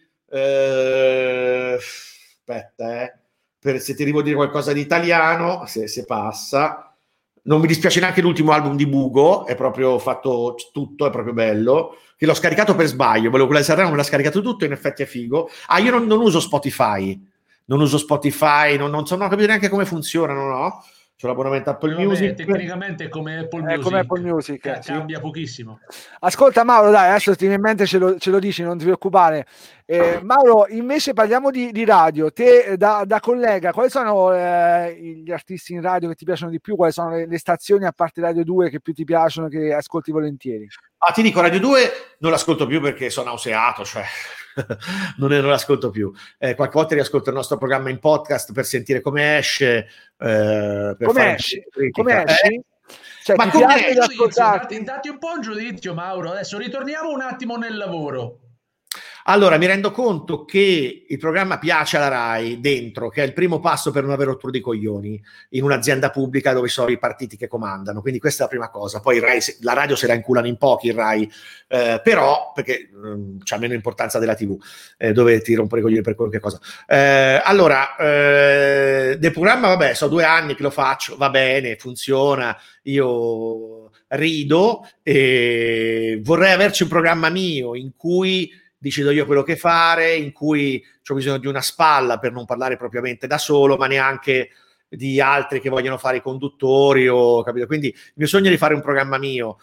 aspetta, se ti devo dire qualcosa di italiano, se passa. Non mi dispiace neanche l'ultimo album di Bugo, è proprio fatto tutto, è proprio bello. Che l'ho scaricato per sbaglio, volevo quella di Sanremo, me l'ha scaricato tutto, in effetti è figo. Ah, io non uso Spotify, non so, non ho capito neanche come funziona, no? C'ho l'abbonamento Apple Music. Tecnicamente è come Apple Music, come Apple Music cambia pochissimo. Ascolta Mauro, dai, adesso ti viene in mente, ce lo dici, non ti preoccupare. Mauro, invece parliamo di radio. Te da collega, quali sono gli artisti in radio che ti piacciono di più? Quali sono le stazioni, a parte Radio 2, che più ti piacciono, che ascolti volentieri? Ti dico, Radio 2 non l'ascolto più perché sono nauseato, cioè non l'ascolto più. Qualche volta riascolto il nostro programma in podcast per sentire come esce. Come esci? Cioè, ma ti piace ascoltarti? Dati un po' un giudizio, Mauro. Adesso ritorniamo un attimo nel lavoro. Allora, mi rendo conto che il programma piace alla Rai dentro, che è il primo passo per non avere rottura di coglioni in un'azienda pubblica dove sono i partiti che comandano. Quindi questa è la prima cosa. Poi la radio se la inculano in pochi, il Rai, però, perché c'ha meno importanza della TV, dove ti rompono i coglioni per qualche cosa. Allora, del programma, vabbè, so 2 anni che lo faccio, va bene, funziona, io rido e vorrei averci un programma mio in cui decido io quello che fare, in cui ho bisogno di una spalla per non parlare propriamente da solo, ma neanche di altri che vogliono fare i conduttori, capito? Quindi il mio sogno è di fare un programma mio,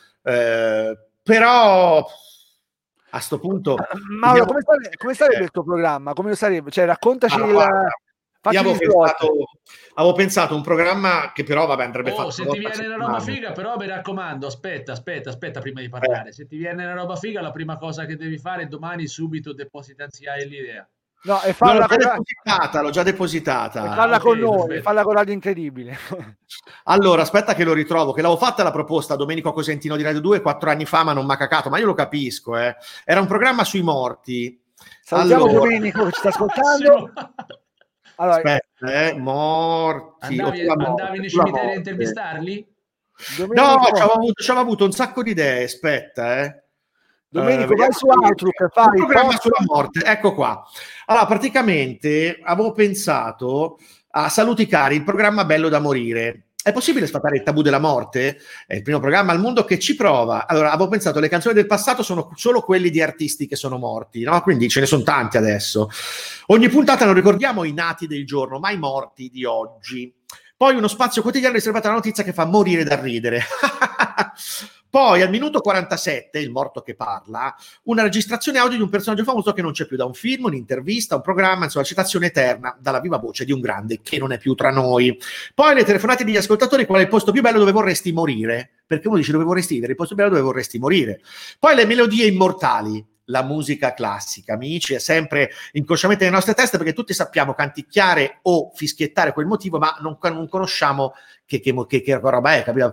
però a sto punto... Mauro, come sarebbe il tuo programma? Come lo sarebbe? Cioè, raccontaci io avevo pensato un programma che però vabbè andrebbe fatto. Se ti viene una roba figa, però mi raccomando, aspetta prima di parlare. Se ti viene una roba figa, la prima cosa che devi fare è domani subito depositarsi l'idea. No, e l'ho già depositata. E falla con noi, falla con Radio Incredibile. Allora, aspetta che lo ritrovo, che l'avevo fatta la proposta a Domenico Cosentino di Radio 2 4 anni fa, ma non mi ha cacato, ma io lo capisco, Era un programma sui morti. Salutiamo Domenico che ci sta ascoltando. Allora, aspetta, morti. Andavi nei cimiteri a intervistarli? No, ci avevo avuto un sacco di idee, aspetta, Domenico, vai su Outlook, fai un programma sulla morte, ecco qua. Allora, praticamente avevo pensato a Saluti Cari, il programma bello da morire. È possibile sfatare il tabù della morte? È il primo programma al mondo che ci prova. Allora, avevo pensato, le canzoni del passato sono solo quelli di artisti che sono morti, no? Quindi ce ne sono tanti adesso. Ogni puntata non ricordiamo i nati del giorno, ma i morti di oggi. Poi uno spazio quotidiano riservato alla notizia che fa morire da ridere. Poi al minuto 47, il morto che parla, una registrazione audio di un personaggio famoso che non c'è più, da un film, un'intervista, un programma, insomma, citazione eterna dalla viva voce di un grande che non è più tra noi. Poi le telefonate degli ascoltatori, qual è il posto più bello dove vorresti morire? Perché uno dice dove vorresti vivere, il posto più bello dove vorresti morire. Poi le melodie immortali. La musica classica, amici, è sempre inconsciamente nelle nostre teste, perché tutti sappiamo canticchiare o fischiettare quel motivo, ma non conosciamo che roba è, capito?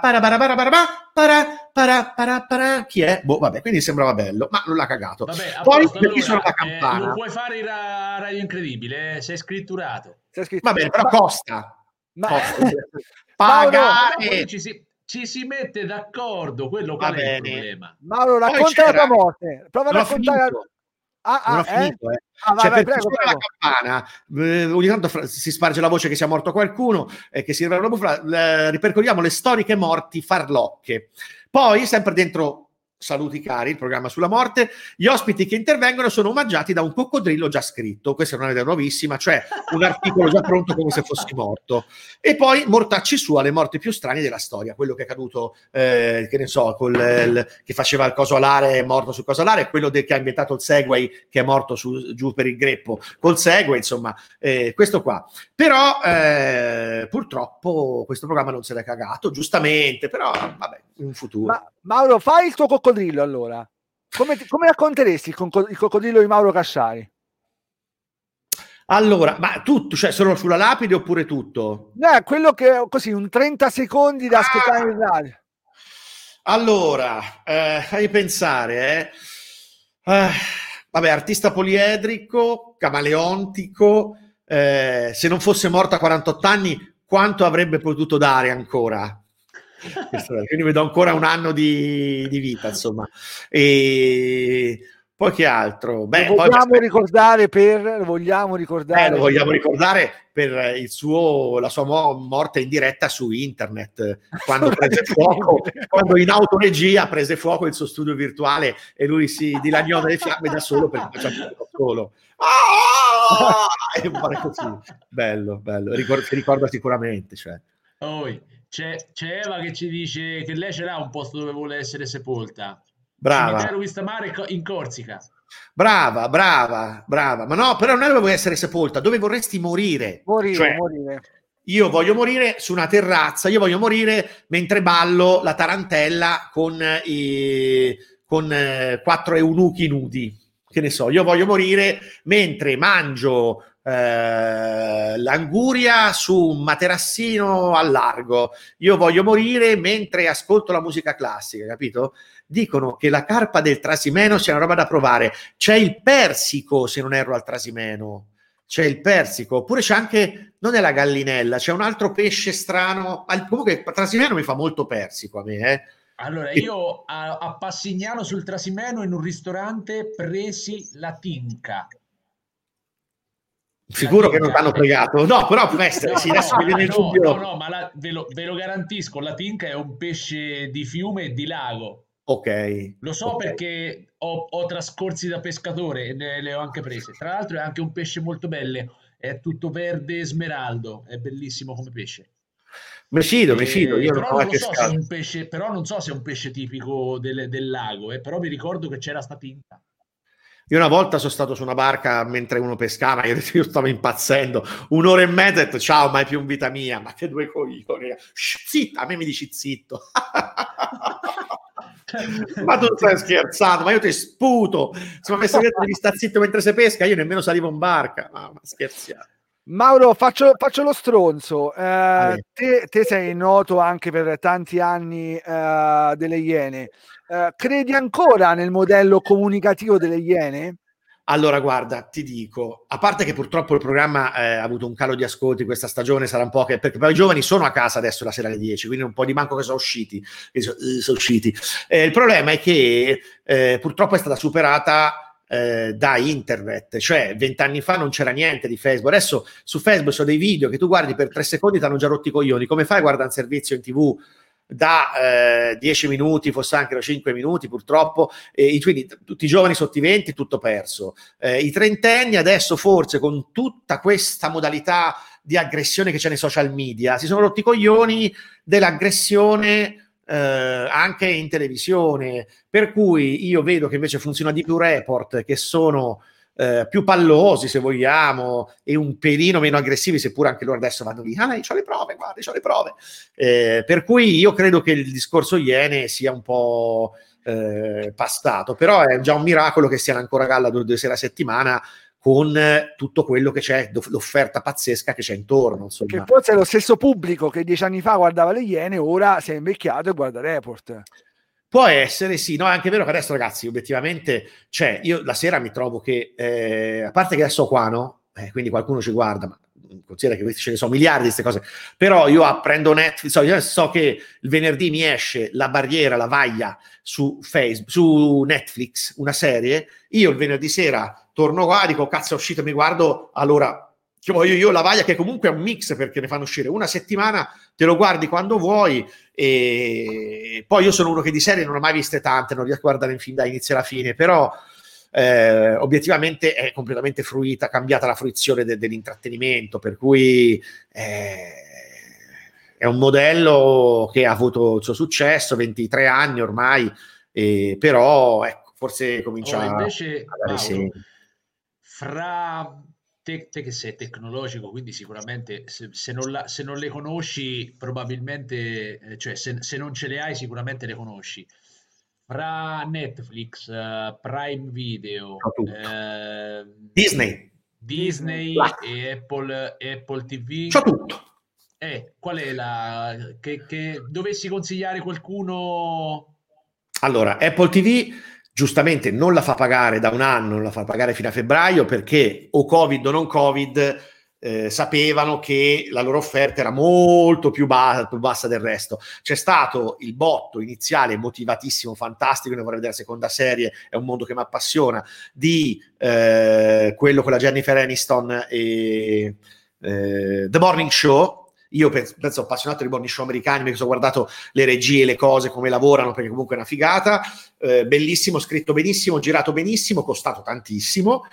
Chi è? Boh, vabbè, quindi sembrava bello, ma non l'ha cagato. Vabbè, poi posto, allora, sono la campana. lo puoi fare in Radio Incredibile, sei scritturato. Va bene, però costa. Pagare. Ci si mette d'accordo, quello qual è il problema. Mauro, racconta la tua morte. Prova a raccontare. Non ho finito. Prego. La campana, ogni tanto si sparge la voce che sia morto qualcuno e che si rivela una bufala. Ripercorriamo le storiche morti farlocche. Poi, sempre dentro Saluti Cari, il programma sulla morte, gli ospiti che intervengono sono omaggiati da un coccodrillo già scritto. Questa è una idea nuovissima, cioè un articolo già pronto come se fossi morto. E poi mortacci su alle morti più strane della storia. Quello che è caduto, che ne so, che faceva il coso alare, è morto sul coso alare, quello che ha inventato il Segway, che è morto giù per il greppo col Segway, insomma, questo qua. Però purtroppo questo programma non se l'è cagato, giustamente, però vabbè, in futuro. Mauro, fai il tuo coccodrillo allora. Come racconteresti il coccodrillo di Mauro Casciari? Allora, ma tutto, cioè solo sulla lapide oppure tutto? Quello che così, un 30 secondi da ascoltare in radio. Allora, fai pensare, Vabbè, artista poliedrico, camaleontico, se non fosse morto a 48 anni, quanto avrebbe potuto dare ancora? Quindi mi do ancora un anno di vita, insomma. E poi che altro? Beh, lo vogliamo ricordare lo vogliamo ricordare per la sua morte in diretta su internet, quando prese fuoco, quando in autoregia prese fuoco il suo studio virtuale e lui si dilaniò nelle fiamme da solo perché faceva solo. E pare così. Bello, si ricorda sicuramente, cioè. C'è Eva che ci dice che lei ce l'ha un posto dove vuole essere sepolta. Brava. Cimitero Vista Mare in Corsica. Brava. Ma no, però non è dove vuoi essere sepolta, dove vorresti morire. Morire. Io voglio morire su una terrazza, io voglio morire mentre ballo la tarantella con 4 eunuchi nudi. Che ne so, io voglio morire mentre mangio l'anguria su un materassino al largo. Io voglio morire mentre ascolto la musica classica, capito? Dicono che la carpa del Trasimeno sia una roba da provare. C'è il persico, se non erro, al Trasimeno. C'è il persico, oppure c'è anche, non è la gallinella, c'è un altro pesce strano. Comunque il Trasimeno mi fa molto persico a me, Allora, io a Passignano sul Trasimeno in un ristorante presi la tinca. Sicuro che non ti hanno pregato. No, però può essere, sì, adesso mi viene il dubbio. No, ma ve lo garantisco, la tinca è un pesce di fiume e di lago. Ok. Lo so perché ho trascorsi da pescatore e le ho anche prese. Tra l'altro è anche un pesce molto bello, è tutto verde smeraldo, è bellissimo come pesce. Mi fido, io però non lo so se è un pesce, però non so se è un pesce tipico del lago, però mi ricordo che c'era sta tinta. Io una volta sono stato su una barca mentre uno pescava, io stavo impazzendo, 1 ora e mezza ho detto ciao, mai più in vita mia, ma che due coglioni, zitta, a me mi dici zitto. Ma tu stai scherzando, ma io ti sputo, se mi avessi detto devi stare zitto mentre si pesca, io nemmeno salivo in barca, ma scherziamo. Mauro, faccio lo stronzo. Te sei noto anche per tanti anni delle Iene. Credi ancora nel modello comunicativo delle Iene? Allora, guarda, ti dico, a parte che purtroppo il programma ha avuto un calo di ascolti questa stagione, sarà un po' che, perché poi i giovani sono a casa adesso la sera alle 10, quindi un po' di manco che sono usciti. Il problema è che purtroppo è stata superata da internet, cioè 20 anni fa non c'era niente di Facebook, adesso su Facebook sono dei video che tu guardi per 3 secondi ti hanno già rotti i coglioni, come fai a guardare un servizio in TV da 10 minuti, forse anche da 5 minuti purtroppo, quindi tutti i giovani sotto i 20 tutto perso, i trentenni adesso forse con tutta questa modalità di aggressione che c'è nei social media si sono rotti i coglioni dell'aggressione anche in televisione, per cui io vedo che invece funziona di più Report, che sono più pallosi se vogliamo e un pelino meno aggressivi, seppure anche loro adesso vanno lì, c'ho le prove, guarda, c'ho le prove, per cui io credo che il discorso Iene sia un po' pastato, però è già un miracolo che siano ancora a galla 2 sere a settimana con tutto quello che c'è, l'offerta pazzesca che c'è intorno, insomma. Che forse è lo stesso pubblico che 10 anni fa guardava le Iene, ora si è invecchiato e guarda Report. Può essere, sì, no, è anche vero che adesso, ragazzi, obiettivamente, cioè, io la sera mi trovo che, a parte che adesso qua, no? Quindi qualcuno ci guarda, ma considera che ce ne sono miliardi di queste cose, però io prendo Netflix, io so che il venerdì mi esce La Barriera, la Vaglia su Facebook, su Netflix, una serie, io il venerdì sera torno qua, dico, cazzo è uscito, mi guardo, allora, io La Vaglia, che comunque è un mix perché ne fanno uscire una settimana, te lo guardi quando vuoi, e poi io sono uno che di serie non ho mai viste tante, non riesco a guardare in film da inizio alla fine, però obiettivamente è completamente fruita, cambiata la fruizione dell'intrattenimento, per cui è un modello che ha avuto il suo successo, 23 anni ormai, però ecco, forse comincia invece, a dare segni. Fra te che sei tecnologico, quindi sicuramente se non le conosci probabilmente, cioè se non ce le hai sicuramente le conosci. Fra Netflix, Prime Video, Disney e Apple TV, c'ho tutto. Qual è che dovessi consigliare qualcuno? Allora, Apple TV giustamente non la fa pagare da un anno, non la fa pagare fino a febbraio, perché o Covid o non Covid sapevano che la loro offerta era molto più bassa del resto. C'è stato il botto iniziale motivatissimo, fantastico, ne vorrei vedere la seconda serie, è un mondo che mi appassiona, di quello con la Jennifer Aniston e The Morning Show. Io penso appassionato di morning show americani, perché ho guardato le regie, le cose, come lavorano, perché comunque è una figata. Bellissimo, scritto benissimo, girato benissimo, costato tantissimo.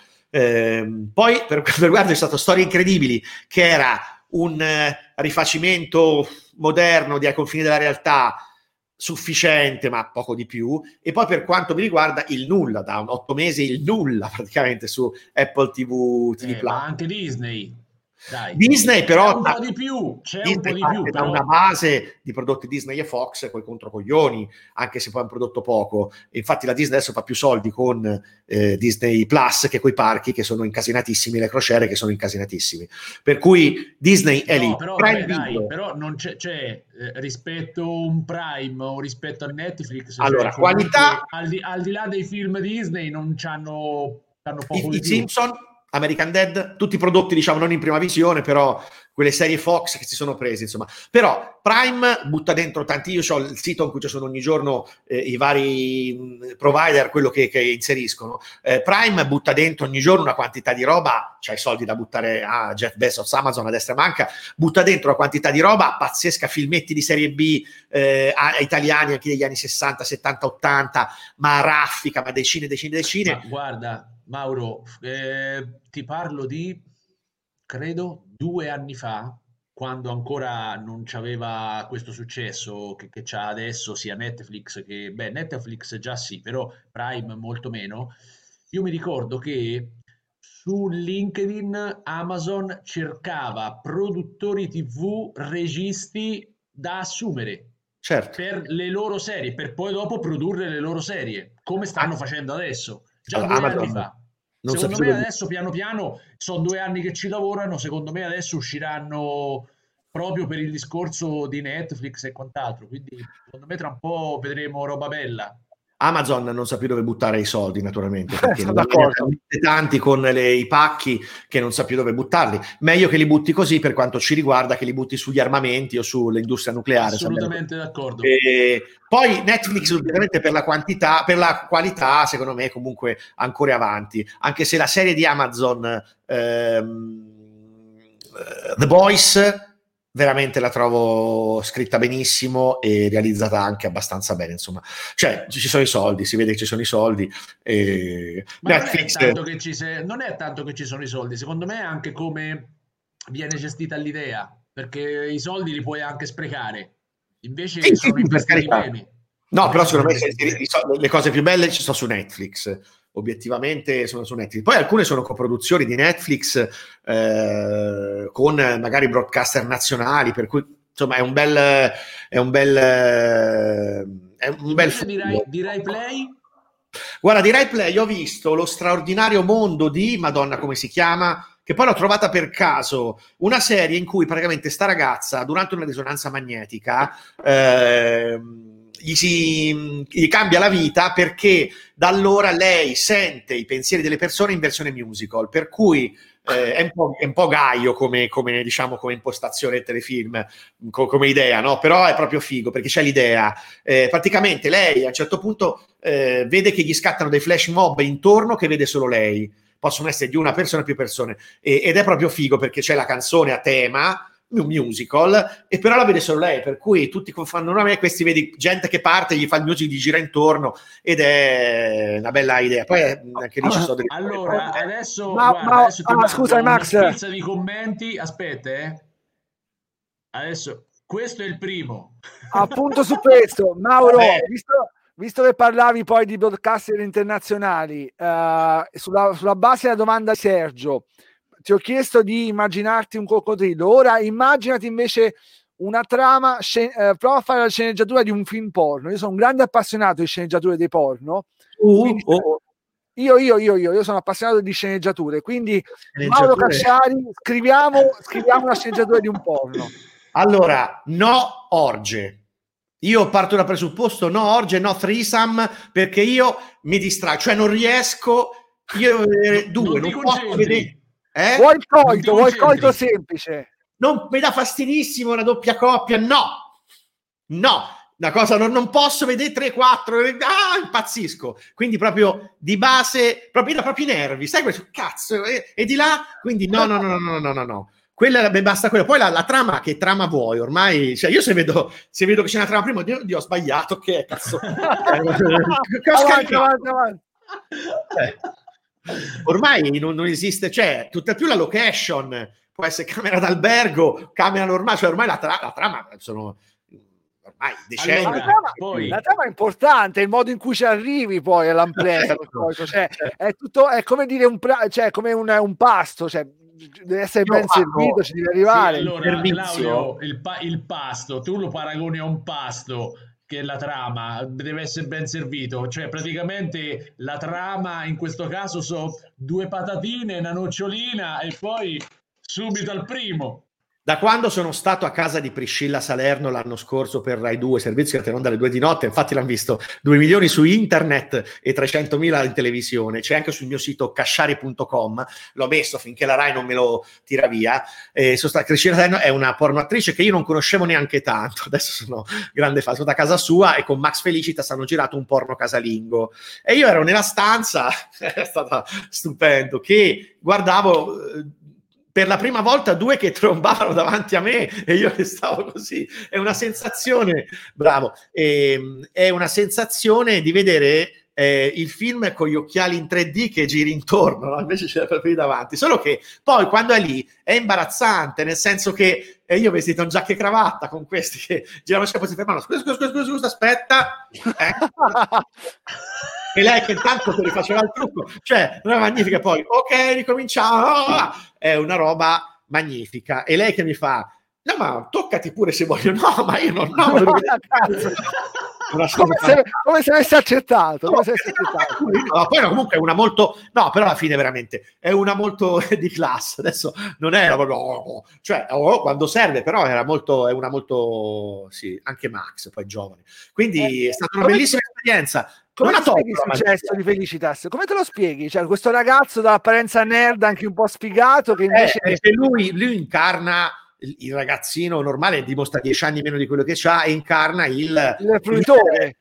Poi per quanto riguarda, è stato Storie Incredibili, che era un rifacimento moderno di Ai confini della realtà, sufficiente ma poco di più. E poi per quanto mi riguarda il nulla, da 8 mesi il nulla praticamente su Apple TV Plus. Ma anche Disney. Dai, Disney però c'è un po' di più, da però una base di prodotti Disney e Fox coi controcoglioni, anche se poi è un prodotto poco. Infatti la Disney adesso fa più soldi con Disney Plus che coi parchi, che sono incasinatissimi, le crociere che sono incasinatissimi, per cui Disney è lì. Però, però non c'è rispetto a un Prime o rispetto a Netflix, allora, cioè, qualità, al di là dei film Disney non c'hanno poco di i più. Simpson, American Dad, tutti i prodotti, diciamo, non in prima visione, però quelle serie Fox che si sono presi, insomma. Però Prime butta dentro tanti, io ho il sito in cui ci sono ogni giorno i vari provider, quello che inseriscono. Prime butta dentro ogni giorno una quantità di roba, c'ha i soldi da buttare a Jeff Bezos, Amazon, a destra manca, butta dentro una quantità di roba pazzesca, filmetti di serie B italiani, anche degli anni 60, 70, 80, ma raffica, ma decine. Ma guarda, Mauro, ti parlo di, credo, 2 anni fa, quando ancora non c'aveva questo successo che c'ha adesso sia Netflix che, Netflix già sì, però Prime molto meno. Io mi ricordo che su LinkedIn Amazon cercava produttori TV, registi da assumere. Certo. Per le loro serie, per poi dopo produrre le loro serie, come stanno facendo adesso, già allora, 2 anni fa. Secondo me dove... adesso piano piano, sono 2 anni che ci lavorano, secondo me adesso usciranno proprio per il discorso di Netflix e quant'altro, quindi secondo me tra un po' vedremo roba bella. Amazon non sa più dove buttare i soldi, naturalmente, perché Sono ne ha d'accordo. tanti con i pacchi che non sa più dove buttarli. Meglio che li butti così, per quanto ci riguarda, che li butti sugli armamenti o sull'industria nucleare. Assolutamente d'accordo. Poi Netflix, ovviamente, per la quantità, per la qualità, secondo me, comunque ancora avanti. Anche se la serie di Amazon, The Boys, veramente la trovo scritta benissimo e realizzata anche abbastanza bene, insomma. Cioè, ci sono i soldi, si vede che ci sono i soldi. Ma Netflix... non è tanto che ci sono i soldi, secondo me è anche come viene gestita l'idea, perché i soldi li puoi anche sprecare, invece sono investiti bene. No, però secondo me le cose più belle ci sono su Netflix. Obiettivamente sono su Netflix. Poi alcune sono coproduzioni di Netflix con magari broadcaster nazionali, per cui insomma è un bel di Rai Play. Guarda, di Rai Play ho visto Lo straordinario mondo di Madonna, come si chiama, che poi l'ho trovata per caso, una serie in cui praticamente sta ragazza durante una risonanza magnetica gli cambia la vita, perché da allora lei sente i pensieri delle persone in versione musical, per cui è un po' gaio come diciamo, come impostazione del telefilm, come idea, no? Però è proprio figo, perché c'è l'idea. Praticamente lei a un certo punto vede che gli scattano dei flash mob intorno che vede solo lei. Possono essere di una persona o più persone. Ed è proprio figo, perché c'è la canzone a tema, un musical, e però la vede solo lei, per cui tutti fanno una me, questi vedi gente che parte, gli fa il music, gli gira intorno, ed è una bella idea. Poi anche lì ci sono delle allora adesso scusa Max, una schizza di commenti, aspetta adesso questo è il primo appunto su questo. Mauro, visto che parlavi poi di broadcaster internazionali, sulla base della domanda di Sergio, ti ho chiesto di immaginarti un coccodrillo. Ora immaginati invece una trama, prova a fare la sceneggiatura di un film porno. Io sono un grande appassionato di sceneggiature dei porno. Io sono appassionato di sceneggiature, quindi Mauro Casciari, scriviamo una sceneggiatura di un porno. Allora, no orge. Io parto dal presupposto no orge, no threesome, perché io mi distraggo, cioè non riesco, io due, non posso vedere. Vuoi il coito semplice? Non mi dà fastidissimo una doppia coppia, no, una cosa non posso vedere 3-4, impazzisco, quindi proprio di base, proprio da proprio i nervi, sai questo cazzo, e di là, quindi no. Quella basta quello. Poi la trama, che trama vuoi? Ormai, cioè io se vedo che c'è una trama prima, oddio, ho sbagliato, che cazzo. Avanti. Ormai non esiste, cioè, tutt'al più la location può essere camera d'albergo, camera normale, cioè ormai la trama sono ormai decenni. Allora, la trama è importante, il modo in cui ci arrivi poi all'amplezza, cioè, è tutto, è come dire come un pasto, cioè deve essere ben servito, ci deve arrivare. Sì, allora, Claudio, il pasto, tu lo paragoni a un pasto, che la trama deve essere ben servito, cioè praticamente la trama in questo caso sono 2 patatine, una nocciolina e poi subito al primo. Da quando sono stato a casa di Priscilla Salerno l'anno scorso per Rai 2, servizio che dalle 2 di notte, infatti l'hanno visto 2 milioni su internet e 300.000 in televisione, c'è anche sul mio sito casciari.com, l'ho messo finché la Rai non me lo tira via. Priscilla Salerno è una pornoattrice che io non conoscevo neanche tanto, adesso sono grande fan, sono da casa sua e con Max Felicitas hanno girato un porno casalingo e io ero nella stanza, è stato stupendo, che guardavo per la prima volta 2 che trombavano davanti a me e io che stavo così. È una sensazione, bravo, è una sensazione di vedere il film con gli occhiali in 3D che giri intorno, no? Invece c'è proprio lì davanti. Solo che poi quando è lì è imbarazzante, nel senso che io vestito in giacca e cravatta con questi che girano, poi si fermano, scusa, aspetta. E lei che intanto se rifaceva il trucco, cioè una magnifica, poi ok, ricominciamo, è una roba magnifica, e lei che mi fa no ma toccati pure se voglio, no ma io non come se avesse accettato, no, poi no, comunque è una molto, no, però alla fine veramente è una molto di classe, adesso non era proprio, cioè quando serve, però è una molto, sì, anche Max poi giovane, quindi è stata una bellissima esperienza. Come ti spieghi il successo di Felicitas? Come te lo spieghi? Cioè, questo ragazzo dall'apparenza nerd, anche un po' sfigato, che invece lui incarna il ragazzino normale, dimostra 10 anni meno di quello che c'ha, e incarna il fruitore.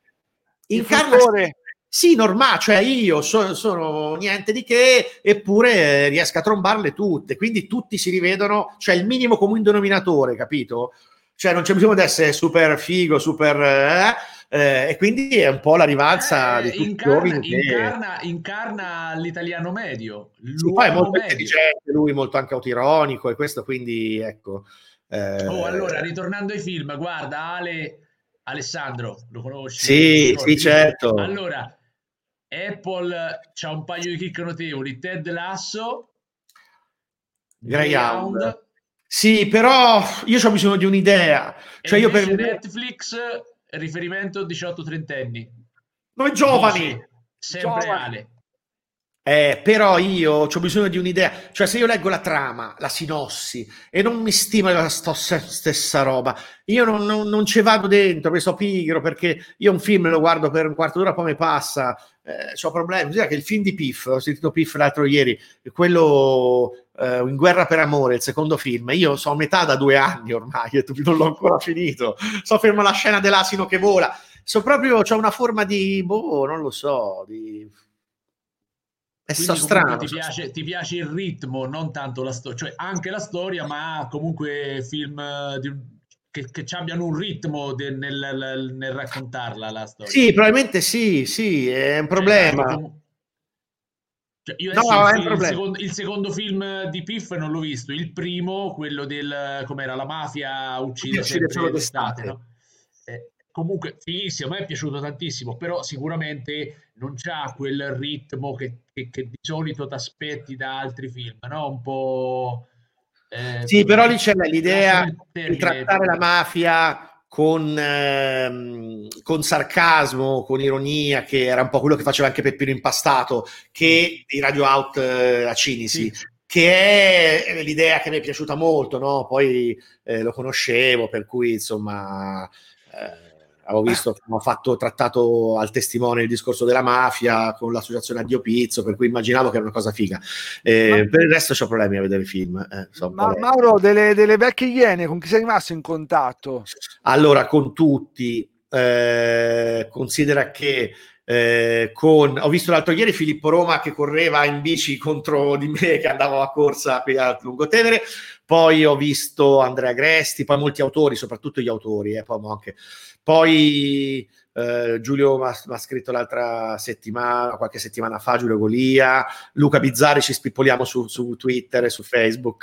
Sì, normale, cioè io sono niente di che, eppure riesco a trombarle tutte, quindi tutti si rivedono, cioè il minimo comune denominatore, capito? Cioè non c'è bisogno di essere super figo, super e quindi è un po' la rivalsa di tutti i uomini incarna l'italiano medio, sì, poi è molto intelligente, lui molto anche autironico, e questo quindi ecco allora ritornando ai film, guarda, Alessandro, lo conosci? Sì, certo. Allora, Apple c'ha un paio di chicche notevoli, Ted Lasso, Greyhound. Sì, però io ho bisogno di un'idea, cioè io per Netflix, riferimento 18-30enni, noi giovani, sempre Ale. Però io ho bisogno di un'idea, cioè se io leggo la trama, la sinossi e non mi stimola la stessa roba, io non ci vado dentro, perché sono pigro, perché io un film lo guardo per un quarto d'ora, poi mi passa, c'ho problemi. Che il film di Piff, ho sentito Piff l'altro ieri, quello In guerra per amore, il secondo film, io sono a metà da 2 anni ormai, non l'ho ancora finito, sto fermo alla scena dell'asino che vola, c'ho una forma di, non lo so, di... strano. Ti piace il ritmo, non tanto la storia, cioè anche la storia, ma comunque film che ci abbiano un ritmo nel raccontarla la storia. Sì, probabilmente sì, è un problema. Io il secondo film di Piff non l'ho visto, il primo, quello com'era, la mafia uccide sempre d'estate, no? Comunque fighissimo, a me è piaciuto tantissimo, però sicuramente non c'ha quel ritmo che di solito ti aspetti da altri film, no? Un po'... sì, però lì c'è l'idea di trattare la mafia con sarcasmo, con ironia, che era un po' quello che faceva anche Peppino Impastato, che di Radio Out a Cinisi. Sì. Che è l'idea che mi è piaciuta molto, no? Poi lo conoscevo, per cui insomma... avevo visto che hanno trattato al testimone il discorso della mafia con l'associazione Addio Pizzo, per cui immaginavo che era una cosa figa. Per il resto c'ho problemi a vedere film. Mauro, delle vecchie Iene, con chi sei rimasto in contatto? Allora, con tutti. Considera che ho visto l'altro ieri Filippo Roma che correva in bici contro di me, che andavo a corsa qui a Lungotevere, poi ho visto Andrea Agresti, poi molti autori, soprattutto gli autori, poi Giulio mi ha scritto l'altra settimana, qualche settimana fa, Giulio Golia, Luca Bizzarri, ci spippoliamo su Twitter e su Facebook,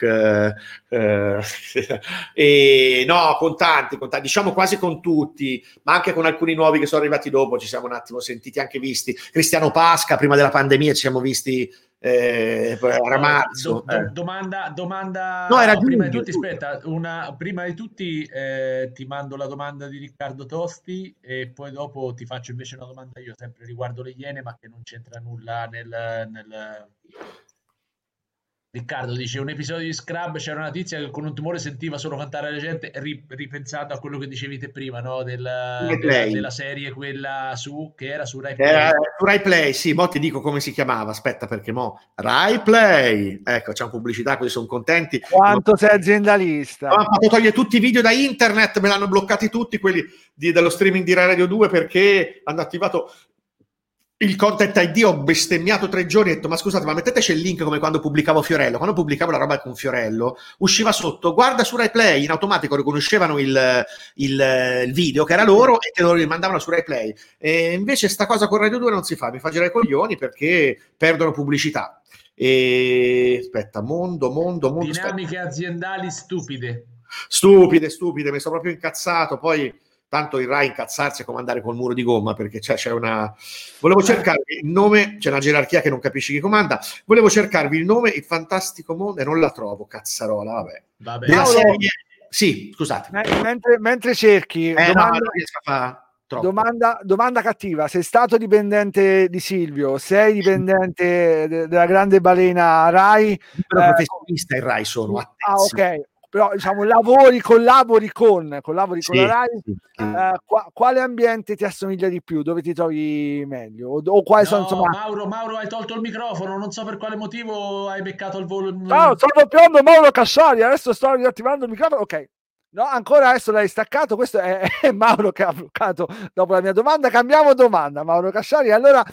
e no, con tanti, diciamo quasi con tutti, ma anche con alcuni nuovi che sono arrivati dopo, ci siamo un attimo sentiti, anche visti. Cristiano Pasca, prima della pandemia ci siamo visti a marzo. Domanda no, era prima di tutti, aspetta, prima di tutti ti mando la domanda di Riccardo Tosti e poi dopo ti faccio invece una domanda io sempre riguardo le Iene, ma che non c'entra nulla nel... Riccardo dice: un episodio di Scrub c'era una tizia che con un tumore sentiva solo cantare la gente, ripensando a quello che dicevi te prima, no? della serie quella che era su Rai Play. Su Rai Play, sì, mo ti dico come si chiamava, aspetta, perché Rai Play, ecco, c'è una pubblicità, così sono contenti. Quanto sei aziendalista. Ho fatto togliere tutti i video da internet, me l'hanno bloccati tutti quelli dello streaming di Rai Radio 2 perché hanno attivato il Content ID. Ho bestemmiato 3 giorni e ho detto: ma scusate, ma metteteci il link come quando pubblicavo Fiorello. Quando pubblicavo la roba con Fiorello usciva sotto guarda su Rai Play, in automatico riconoscevano il video che era loro e te lo rimandavano su Rai Play. E invece sta cosa con Radio 2 non si fa, mi fa girare i coglioni perché perdono pubblicità. E aspetta, mondo dinamiche aziendali stupide, mi sono proprio incazzato. Poi tanto il Rai incazzarsi è come andare col muro di gomma, perché c'è una... Volevo cercarvi il nome, c'è una gerarchia che non capisci chi comanda, volevo cercarvi il nome, il fantastico mondo, e non la trovo, cazzarola, vabbè. Della serie... Sì, scusate. Mentre cerchi... Domanda cattiva: sei stato dipendente di Silvio, sei dipendente della grande balena Rai? Professionista in Rai sono, ok. Però diciamo collabori con la Rai, quale ambiente ti assomiglia di più? Dove ti trovi meglio? O quali sono, insomma... Mauro, hai tolto il microfono, non so per quale motivo hai beccato il volo. No, sto doppiando Mauro Casciari, adesso sto riattivando il microfono, ok. No, ancora adesso l'hai staccato, questo è Mauro che ha bloccato dopo la mia domanda. Cambiamo domanda, Mauro Casciari, allora...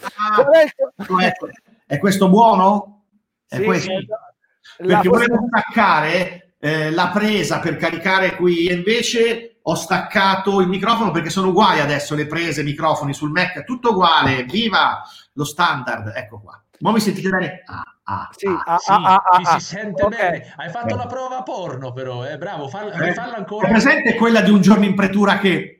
È questo buono? È sì, questo? Perché volevo staccare... la presa per caricare qui e invece ho staccato il microfono perché sono uguali adesso le prese microfoni sul Mac, è tutto uguale, viva lo standard, ecco qua. Ma mi sentite bene? Si sente bene. Hai fatto la prova porno però, bravo, falla ancora. È presente quella di Un giorno in pretura che...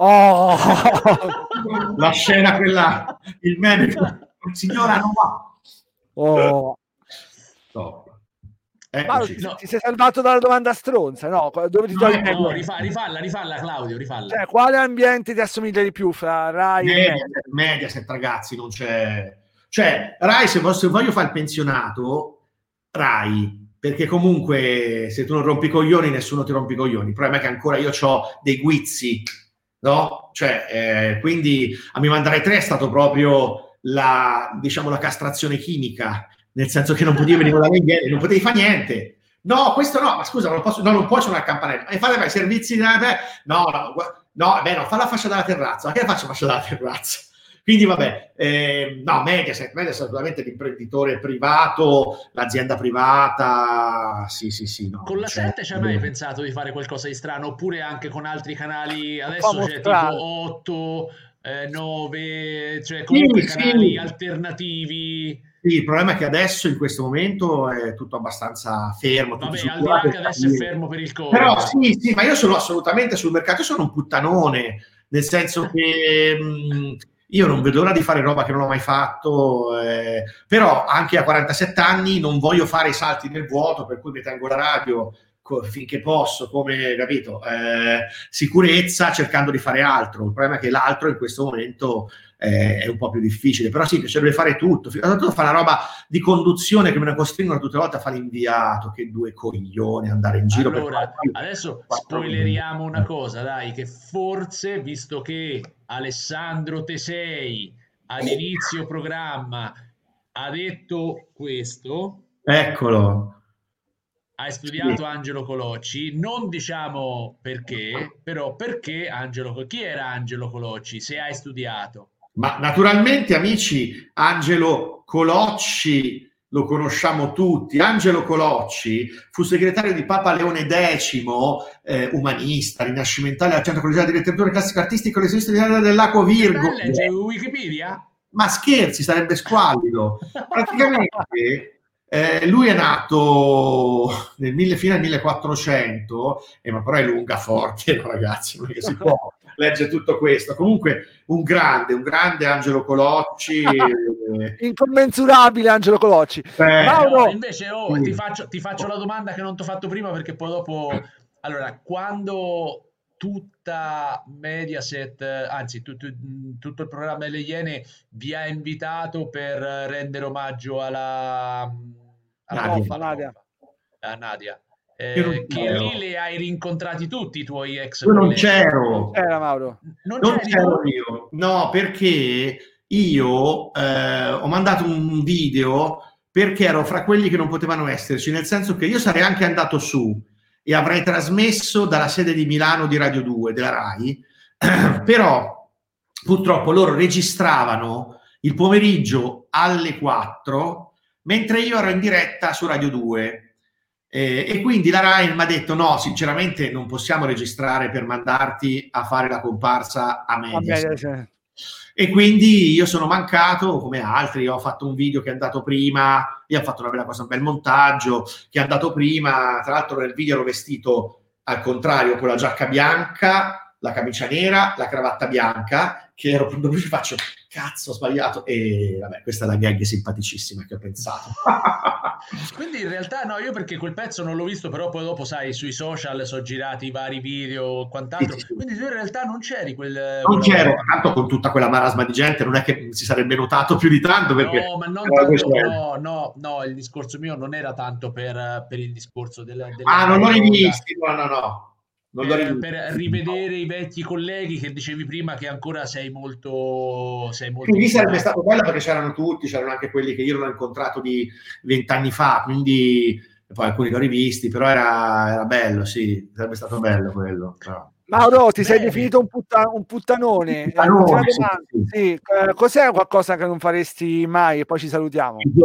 la scena quella, il meme, signora non va. Top. Ti sei salvato dalla domanda stronza, no? Dove ti trovi? No, rifalla Claudio, rifalla. Cioè, quale ambiente ti assomiglia di più fra Rai e Mediaset, ragazzi, non c'è... Cioè, Rai, se voglio fare il pensionato, Rai, perché comunque se tu non rompi i coglioni, nessuno ti rompe i coglioni. Il problema è che ancora io ho dei guizzi, no? Cioè, quindi a mi mandare 3 è stato proprio la castrazione chimica, nel senso che non potevi venire con la Iene, non potevi fare niente. No, questo no, ma scusa, non puoi suonare il campanello. E fate i servizi no, fa la fascia della terrazza. Ma che faccio fascia della terrazza? Quindi vabbè, no, Mediaset è assolutamente l'imprenditore privato, l'azienda privata, sì, no. Con la 7 ci hai mai pensato di fare qualcosa di strano? Oppure anche con altri canali, adesso c'è tipo 8, 9, cioè comunque canali alternativi... Sì, il problema è che adesso, in questo momento, è tutto abbastanza fermo. Vabbè, al di là che adesso è fermo per il Covid. Però sì, ma io sono assolutamente sul mercato, io sono un puttanone, nel senso che io non vedo l'ora di fare roba che non ho mai fatto, però anche a 47 anni non voglio fare i salti nel vuoto, per cui mi tengo la radio finché posso, come capito, sicurezza, cercando di fare altro. Il problema è che l'altro in questo momento è un po' più difficile, però sì, piacerebbe fare tutto, soprattutto fare una roba di conduzione che me ne costringono tutte le volte a fare l'inviato, che due coglioni, andare in giro. Allora, adesso spoileriamo una cosa, dai, che forse, visto che Alessandro Tesei all'inizio programma ha detto questo, eccolo. hai studiato Angelo Colocci, non diciamo perché, però perché Angelo Colocci? Chi era Angelo Colocci, se hai studiato? Ma naturalmente, amici, Angelo Colocci lo conosciamo tutti. Angelo Colocci fu segretario di Papa Leone X, umanista, rinascimentale al Centro Collegiale di Letteratura Classica Artistica all'Istituto dell'Aquo Virgo. Legge Wikipedia? Ma scherzi, sarebbe squallido. Praticamente lui è nato fino al 1400, ma però è lunga forte, ragazzi, non è che si può leggere tutto questo. Comunque un grande Angelo Colocci. Incommensurabile Angelo Colocci. Mauro, no, invece ti faccio la domanda che non ti ho fatto prima, perché poi dopo, allora, quando tutta Mediaset, anzi tutto il programma delle Iene vi ha invitato per rendere omaggio alla Nadia. Che lì li hai rincontrati tutti i tuoi ex colleghi. Io non c'ero. C'era Mauro. Non c'ero io. No, perché io ho mandato un video perché ero fra quelli che non potevano esserci, nel senso che io sarei anche andato su e avrei trasmesso dalla sede di Milano di Radio 2, della Rai, però purtroppo loro registravano il pomeriggio alle 4, mentre io ero in diretta su Radio 2. E quindi la Rai mi ha detto no, sinceramente non possiamo registrare per mandarti a fare la comparsa a Mediaset. E quindi io sono mancato come altri, ho fatto un video che è andato prima, io ho fatto una bella cosa, un bel montaggio che è andato prima, tra l'altro nel video ero vestito al contrario, con la giacca bianca, la camicia nera, la cravatta bianca, che ero proprio così, faccio cazzo, ho sbagliato, e vabbè, questa è la gag simpaticissima che ho pensato. Quindi in realtà no, io perché quel pezzo non l'ho visto, però poi dopo sai, sui social sono girati i vari video e quant'altro, sì. Quindi tu in realtà non c'eri non c'ero, tanto con tutta quella marasma di gente non è che si sarebbe notato più di tanto, perché no, ma non tanto, no, il discorso mio non era tanto per il discorso della non l'ho rivisti, no. Per rivedere i vecchi colleghi che dicevi prima, che ancora sei molto quindi sarebbe stato bello, perché c'erano tutti, c'erano anche quelli che io non ho incontrato di 20 anni fa, quindi poi alcuni li ho rivisti, però era bello, sì, sarebbe stato bello quello, però. Mauro, ti sei definito un puttanone. Sì. Cos'è qualcosa che non faresti mai? E poi ci salutiamo. Il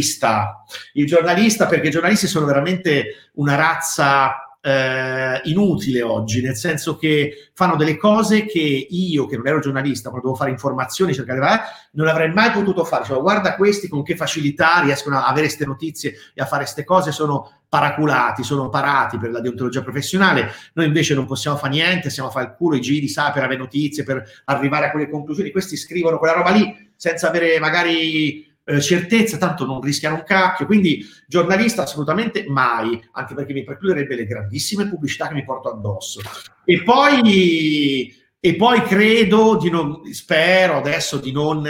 giornalista, perché i giornalisti sono veramente una razza inutile oggi, nel senso che fanno delle cose che io, che non ero giornalista, ma dovevo fare informazioni, non avrei mai potuto fare. Cioè, guarda questi con che facilità riescono a avere queste notizie e a fare queste cose, sono paraculati, sono parati per la deontologia professionale. Noi invece non possiamo fare niente, stiamo a fare il culo, i giri, per avere notizie, per arrivare a quelle conclusioni. Questi scrivono quella roba lì senza avere magari certezza, tanto non rischiano un cacchio, quindi giornalista assolutamente mai, anche perché mi precluderebbe le grandissime pubblicità che mi porto addosso. E poi credo spero adesso di non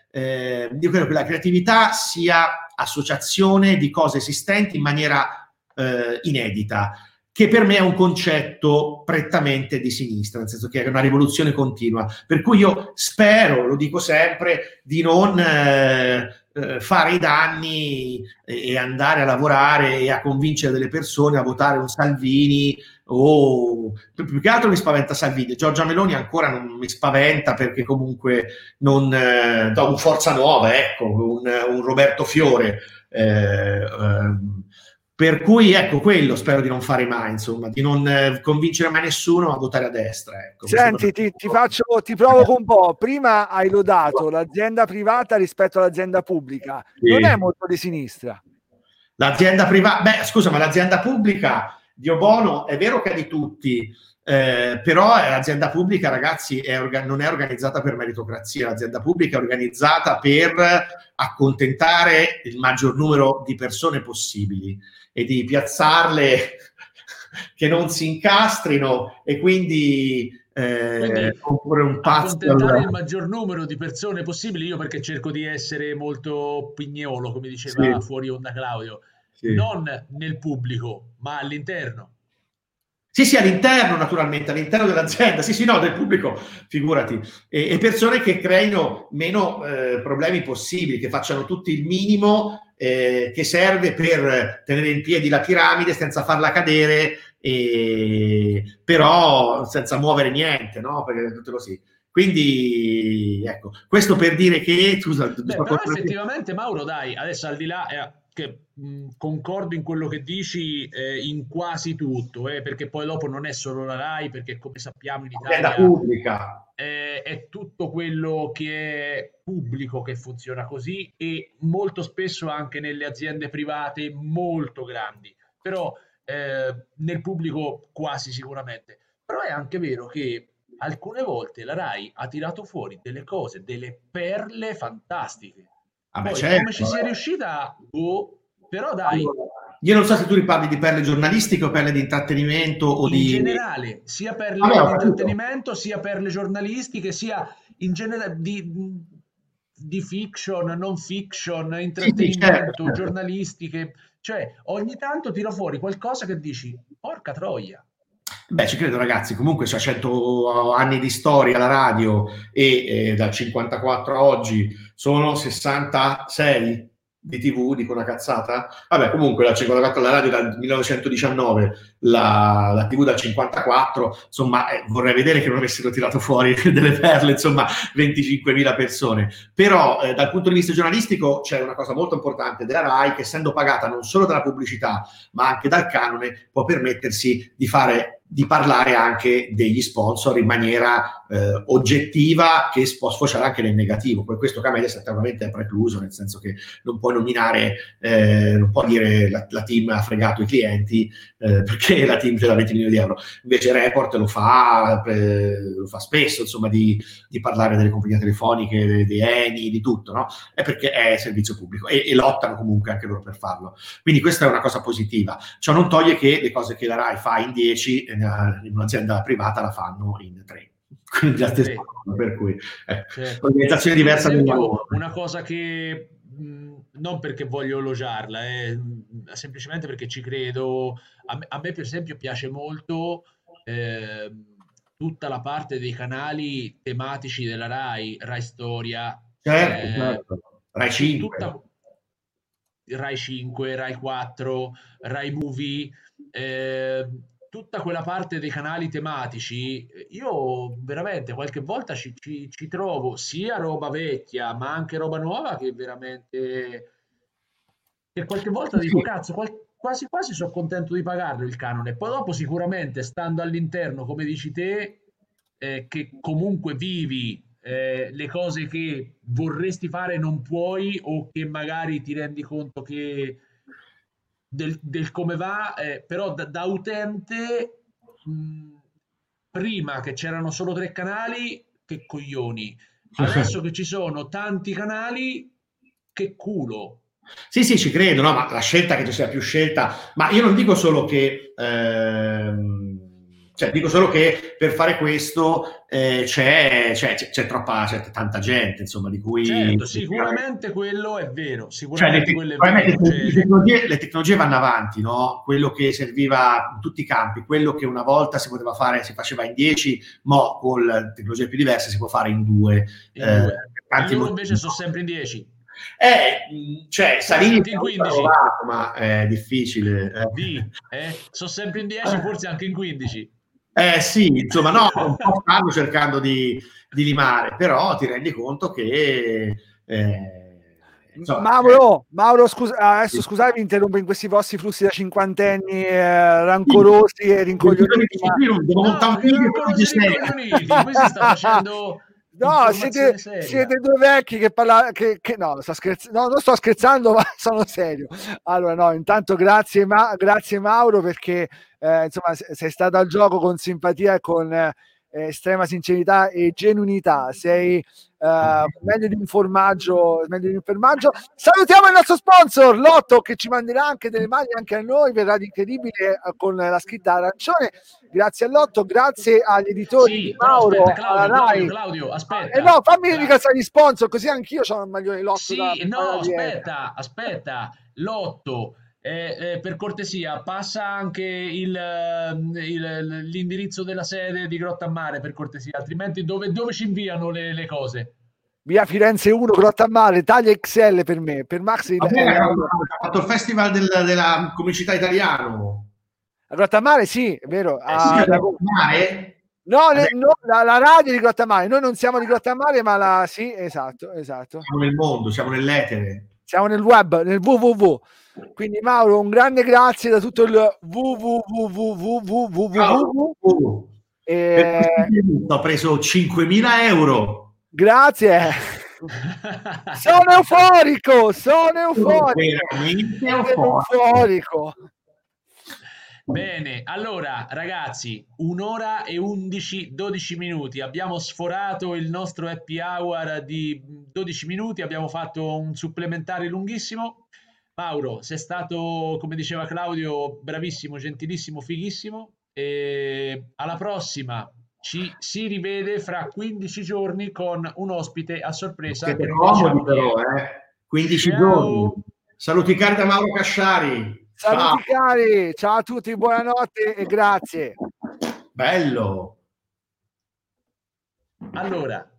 io credo che la creatività sia associazione di cose esistenti in maniera inedita, che per me è un concetto prettamente di sinistra, nel senso che è una rivoluzione continua, per cui io spero, lo dico sempre, di non fare i danni e andare a lavorare e a convincere delle persone a votare un Salvini, o più che altro mi spaventa Salvini. Giorgia Meloni ancora non mi spaventa, perché comunque non do un Forza Nuova, ecco, un Roberto Fiore, per cui ecco, quello spero di non fare mai, insomma, di non convincere mai nessuno a votare a destra, ecco. Senti, ti provoco un po'. Prima hai lodato l'azienda privata rispetto all'azienda pubblica, sì. Non è molto di sinistra l'azienda privata? Scusa, ma l'azienda pubblica, Dio buono, è vero che è di tutti, però l'azienda pubblica, ragazzi, non è organizzata per meritocrazia. L'azienda pubblica è organizzata per accontentare il maggior numero di persone possibili e di piazzarle che non si incastrino, e quindi oppure un pazzo accontentare il maggior numero di persone possibili. Io, perché cerco di essere molto pignolo, come diceva fuori onda Claudio, non nel pubblico ma all'interno. Sì, all'interno, naturalmente, all'interno dell'azienda, no, del pubblico, figurati, e persone che creino meno problemi possibili, che facciano tutti il minimo che serve per tenere in piedi la piramide senza farla cadere, però senza muovere niente, no? Perché è tutto così. Quindi, ecco, questo per dire che... Però effettivamente, Mauro, dai, adesso al di là... che concordo in quello che dici in quasi tutto, perché poi dopo non è solo la Rai, perché come sappiamo in Italia pubblica. È tutto quello che è pubblico che funziona così, e molto spesso anche nelle aziende private molto grandi, però nel pubblico quasi sicuramente. Però è anche vero che alcune volte la Rai ha tirato fuori delle cose, delle perle fantastiche. Poi come ci sia riuscita, però dai. Allora, io non so se tu riparli di perle giornalistiche o perle di intrattenimento o in generale, sia perle di intrattenimento, sia perle giornalistiche, sia in genere di fiction, non fiction, intrattenimento, giornalistiche. Cioè, ogni tanto tira fuori qualcosa che dici, porca troia. Beh, ci credo, ragazzi, comunque c'ha 100 anni di storia la radio, e dal 54 a oggi sono 66 di TV, dico una cazzata? Vabbè, comunque dal 54 la radio dal 1919, la TV dal 54, insomma, vorrei vedere che non avessero tirato fuori delle perle, insomma, 25.000 persone. Però dal punto di vista giornalistico c'è una cosa molto importante della Rai, che essendo pagata non solo dalla pubblicità ma anche dal canone, può permettersi di parlare anche degli sponsor in maniera oggettiva, che può sfociare anche nel negativo. Per questo Mediaset naturalmente è precluso, nel senso che non può nominare, non può dire la team ha fregato i clienti, perché la team te da 20 milioni di euro. Invece Report lo fa spesso, insomma, di parlare delle compagnie telefoniche, di Eni, di tutto, no? È perché è servizio pubblico, e lottano comunque anche loro per farlo. Quindi questa è una cosa positiva. Ciò non toglie che le cose che la Rai fa in 10 in un'azienda privata la fanno in 3. Quindi la stessa cosa, per cui certo. Organizzazione diversa del lavoro. Una cosa che non perché voglio elogiarla, semplicemente perché ci credo. A me per esempio piace molto tutta la parte dei canali tematici della Rai Storia, certo. Rai 5, Rai 5, Rai 4, Rai Movie, tutta quella parte dei canali tematici. Io veramente qualche volta ci trovo sia roba vecchia ma anche roba nuova, che veramente, che qualche volta dico cazzo, quasi quasi sono contento di pagarlo il canone. Poi dopo sicuramente, stando all'interno, come dici te, che comunque vivi le cose che vorresti fare e non puoi, o che magari ti rendi conto che del come va, però da utente, prima che c'erano solo 3 canali, che coglioni, adesso che ci sono tanti canali, che culo. Sì, ci credo, no? Ma la scelta, che ci sia più scelta, ma io non dico solo che dico solo che per fare questo c'è tanta gente, insomma, di cui... Certo, sicuramente quello è vero, le tecnologie vanno avanti, no? Quello che serviva in tutti i campi, quello che una volta si poteva fare, si faceva in 10, ma con tecnologie più diverse si può fare in 2. Loro invece sono sempre in 10. Salire in 15, ma è difficile. Sono sempre in 10, forse anche in 15. Sì, insomma, no, un po' stanno cercando di limare, però ti rendi conto che Mauro, scusa, adesso scusate, mi interrompo in questi vostri flussi da cinquantenni rancorosi e rincoglioniti. Qui si sta facendo... No, siete due vecchi che parlano, no, non sto scherzando, ma sono serio. Allora, no, intanto grazie Mauro, perché insomma sei stato al gioco con simpatia e con estrema sincerità e genuinità. Sei meglio di un formaggio. Salutiamo il nostro sponsor Lotto, che ci manderà anche delle maglie anche a noi, verrà di incredibile con la scritta arancione. Grazie a Lotto, grazie agli editori di Mauro, aspetta, alla Rai. Claudio, aspetta. No, fammi ringraziare gli sponsor, così anch'io ho un maglione Lotto. Sì, aspetta, Lotto. Per cortesia, passa anche l'indirizzo della sede di Grottammare, per cortesia, altrimenti dove ci inviano le cose? Via Firenze 1, Grottammare, taglia XL per me, per Max. Ha fatto il festival della comicità italiano. A Grottammare, sì, è vero. La radio di Grottammare. Noi non siamo di Grottammare, ma sì, esatto. Siamo nel mondo, siamo nell'etere. Siamo nel web, nel www. Quindi Mauro, un grande grazie da tutto il www. Ho preso 5.000 euro. Grazie. Sono euforico. Veramente euforico. Bene, allora ragazzi, 1 ora e 12 minuti, abbiamo sforato il nostro happy hour di 12 minuti, abbiamo fatto un supplementare lunghissimo. Mauro, sei stato, come diceva Claudio, bravissimo, gentilissimo, fighissimo, e alla prossima. Ci si rivede fra 15 giorni con un ospite a sorpresa. Siete comodi però, 15 giorni. Saluti cari da Mauro Casciari. Saluti cari, ciao a tutti, buonanotte e grazie. Bello. Allora,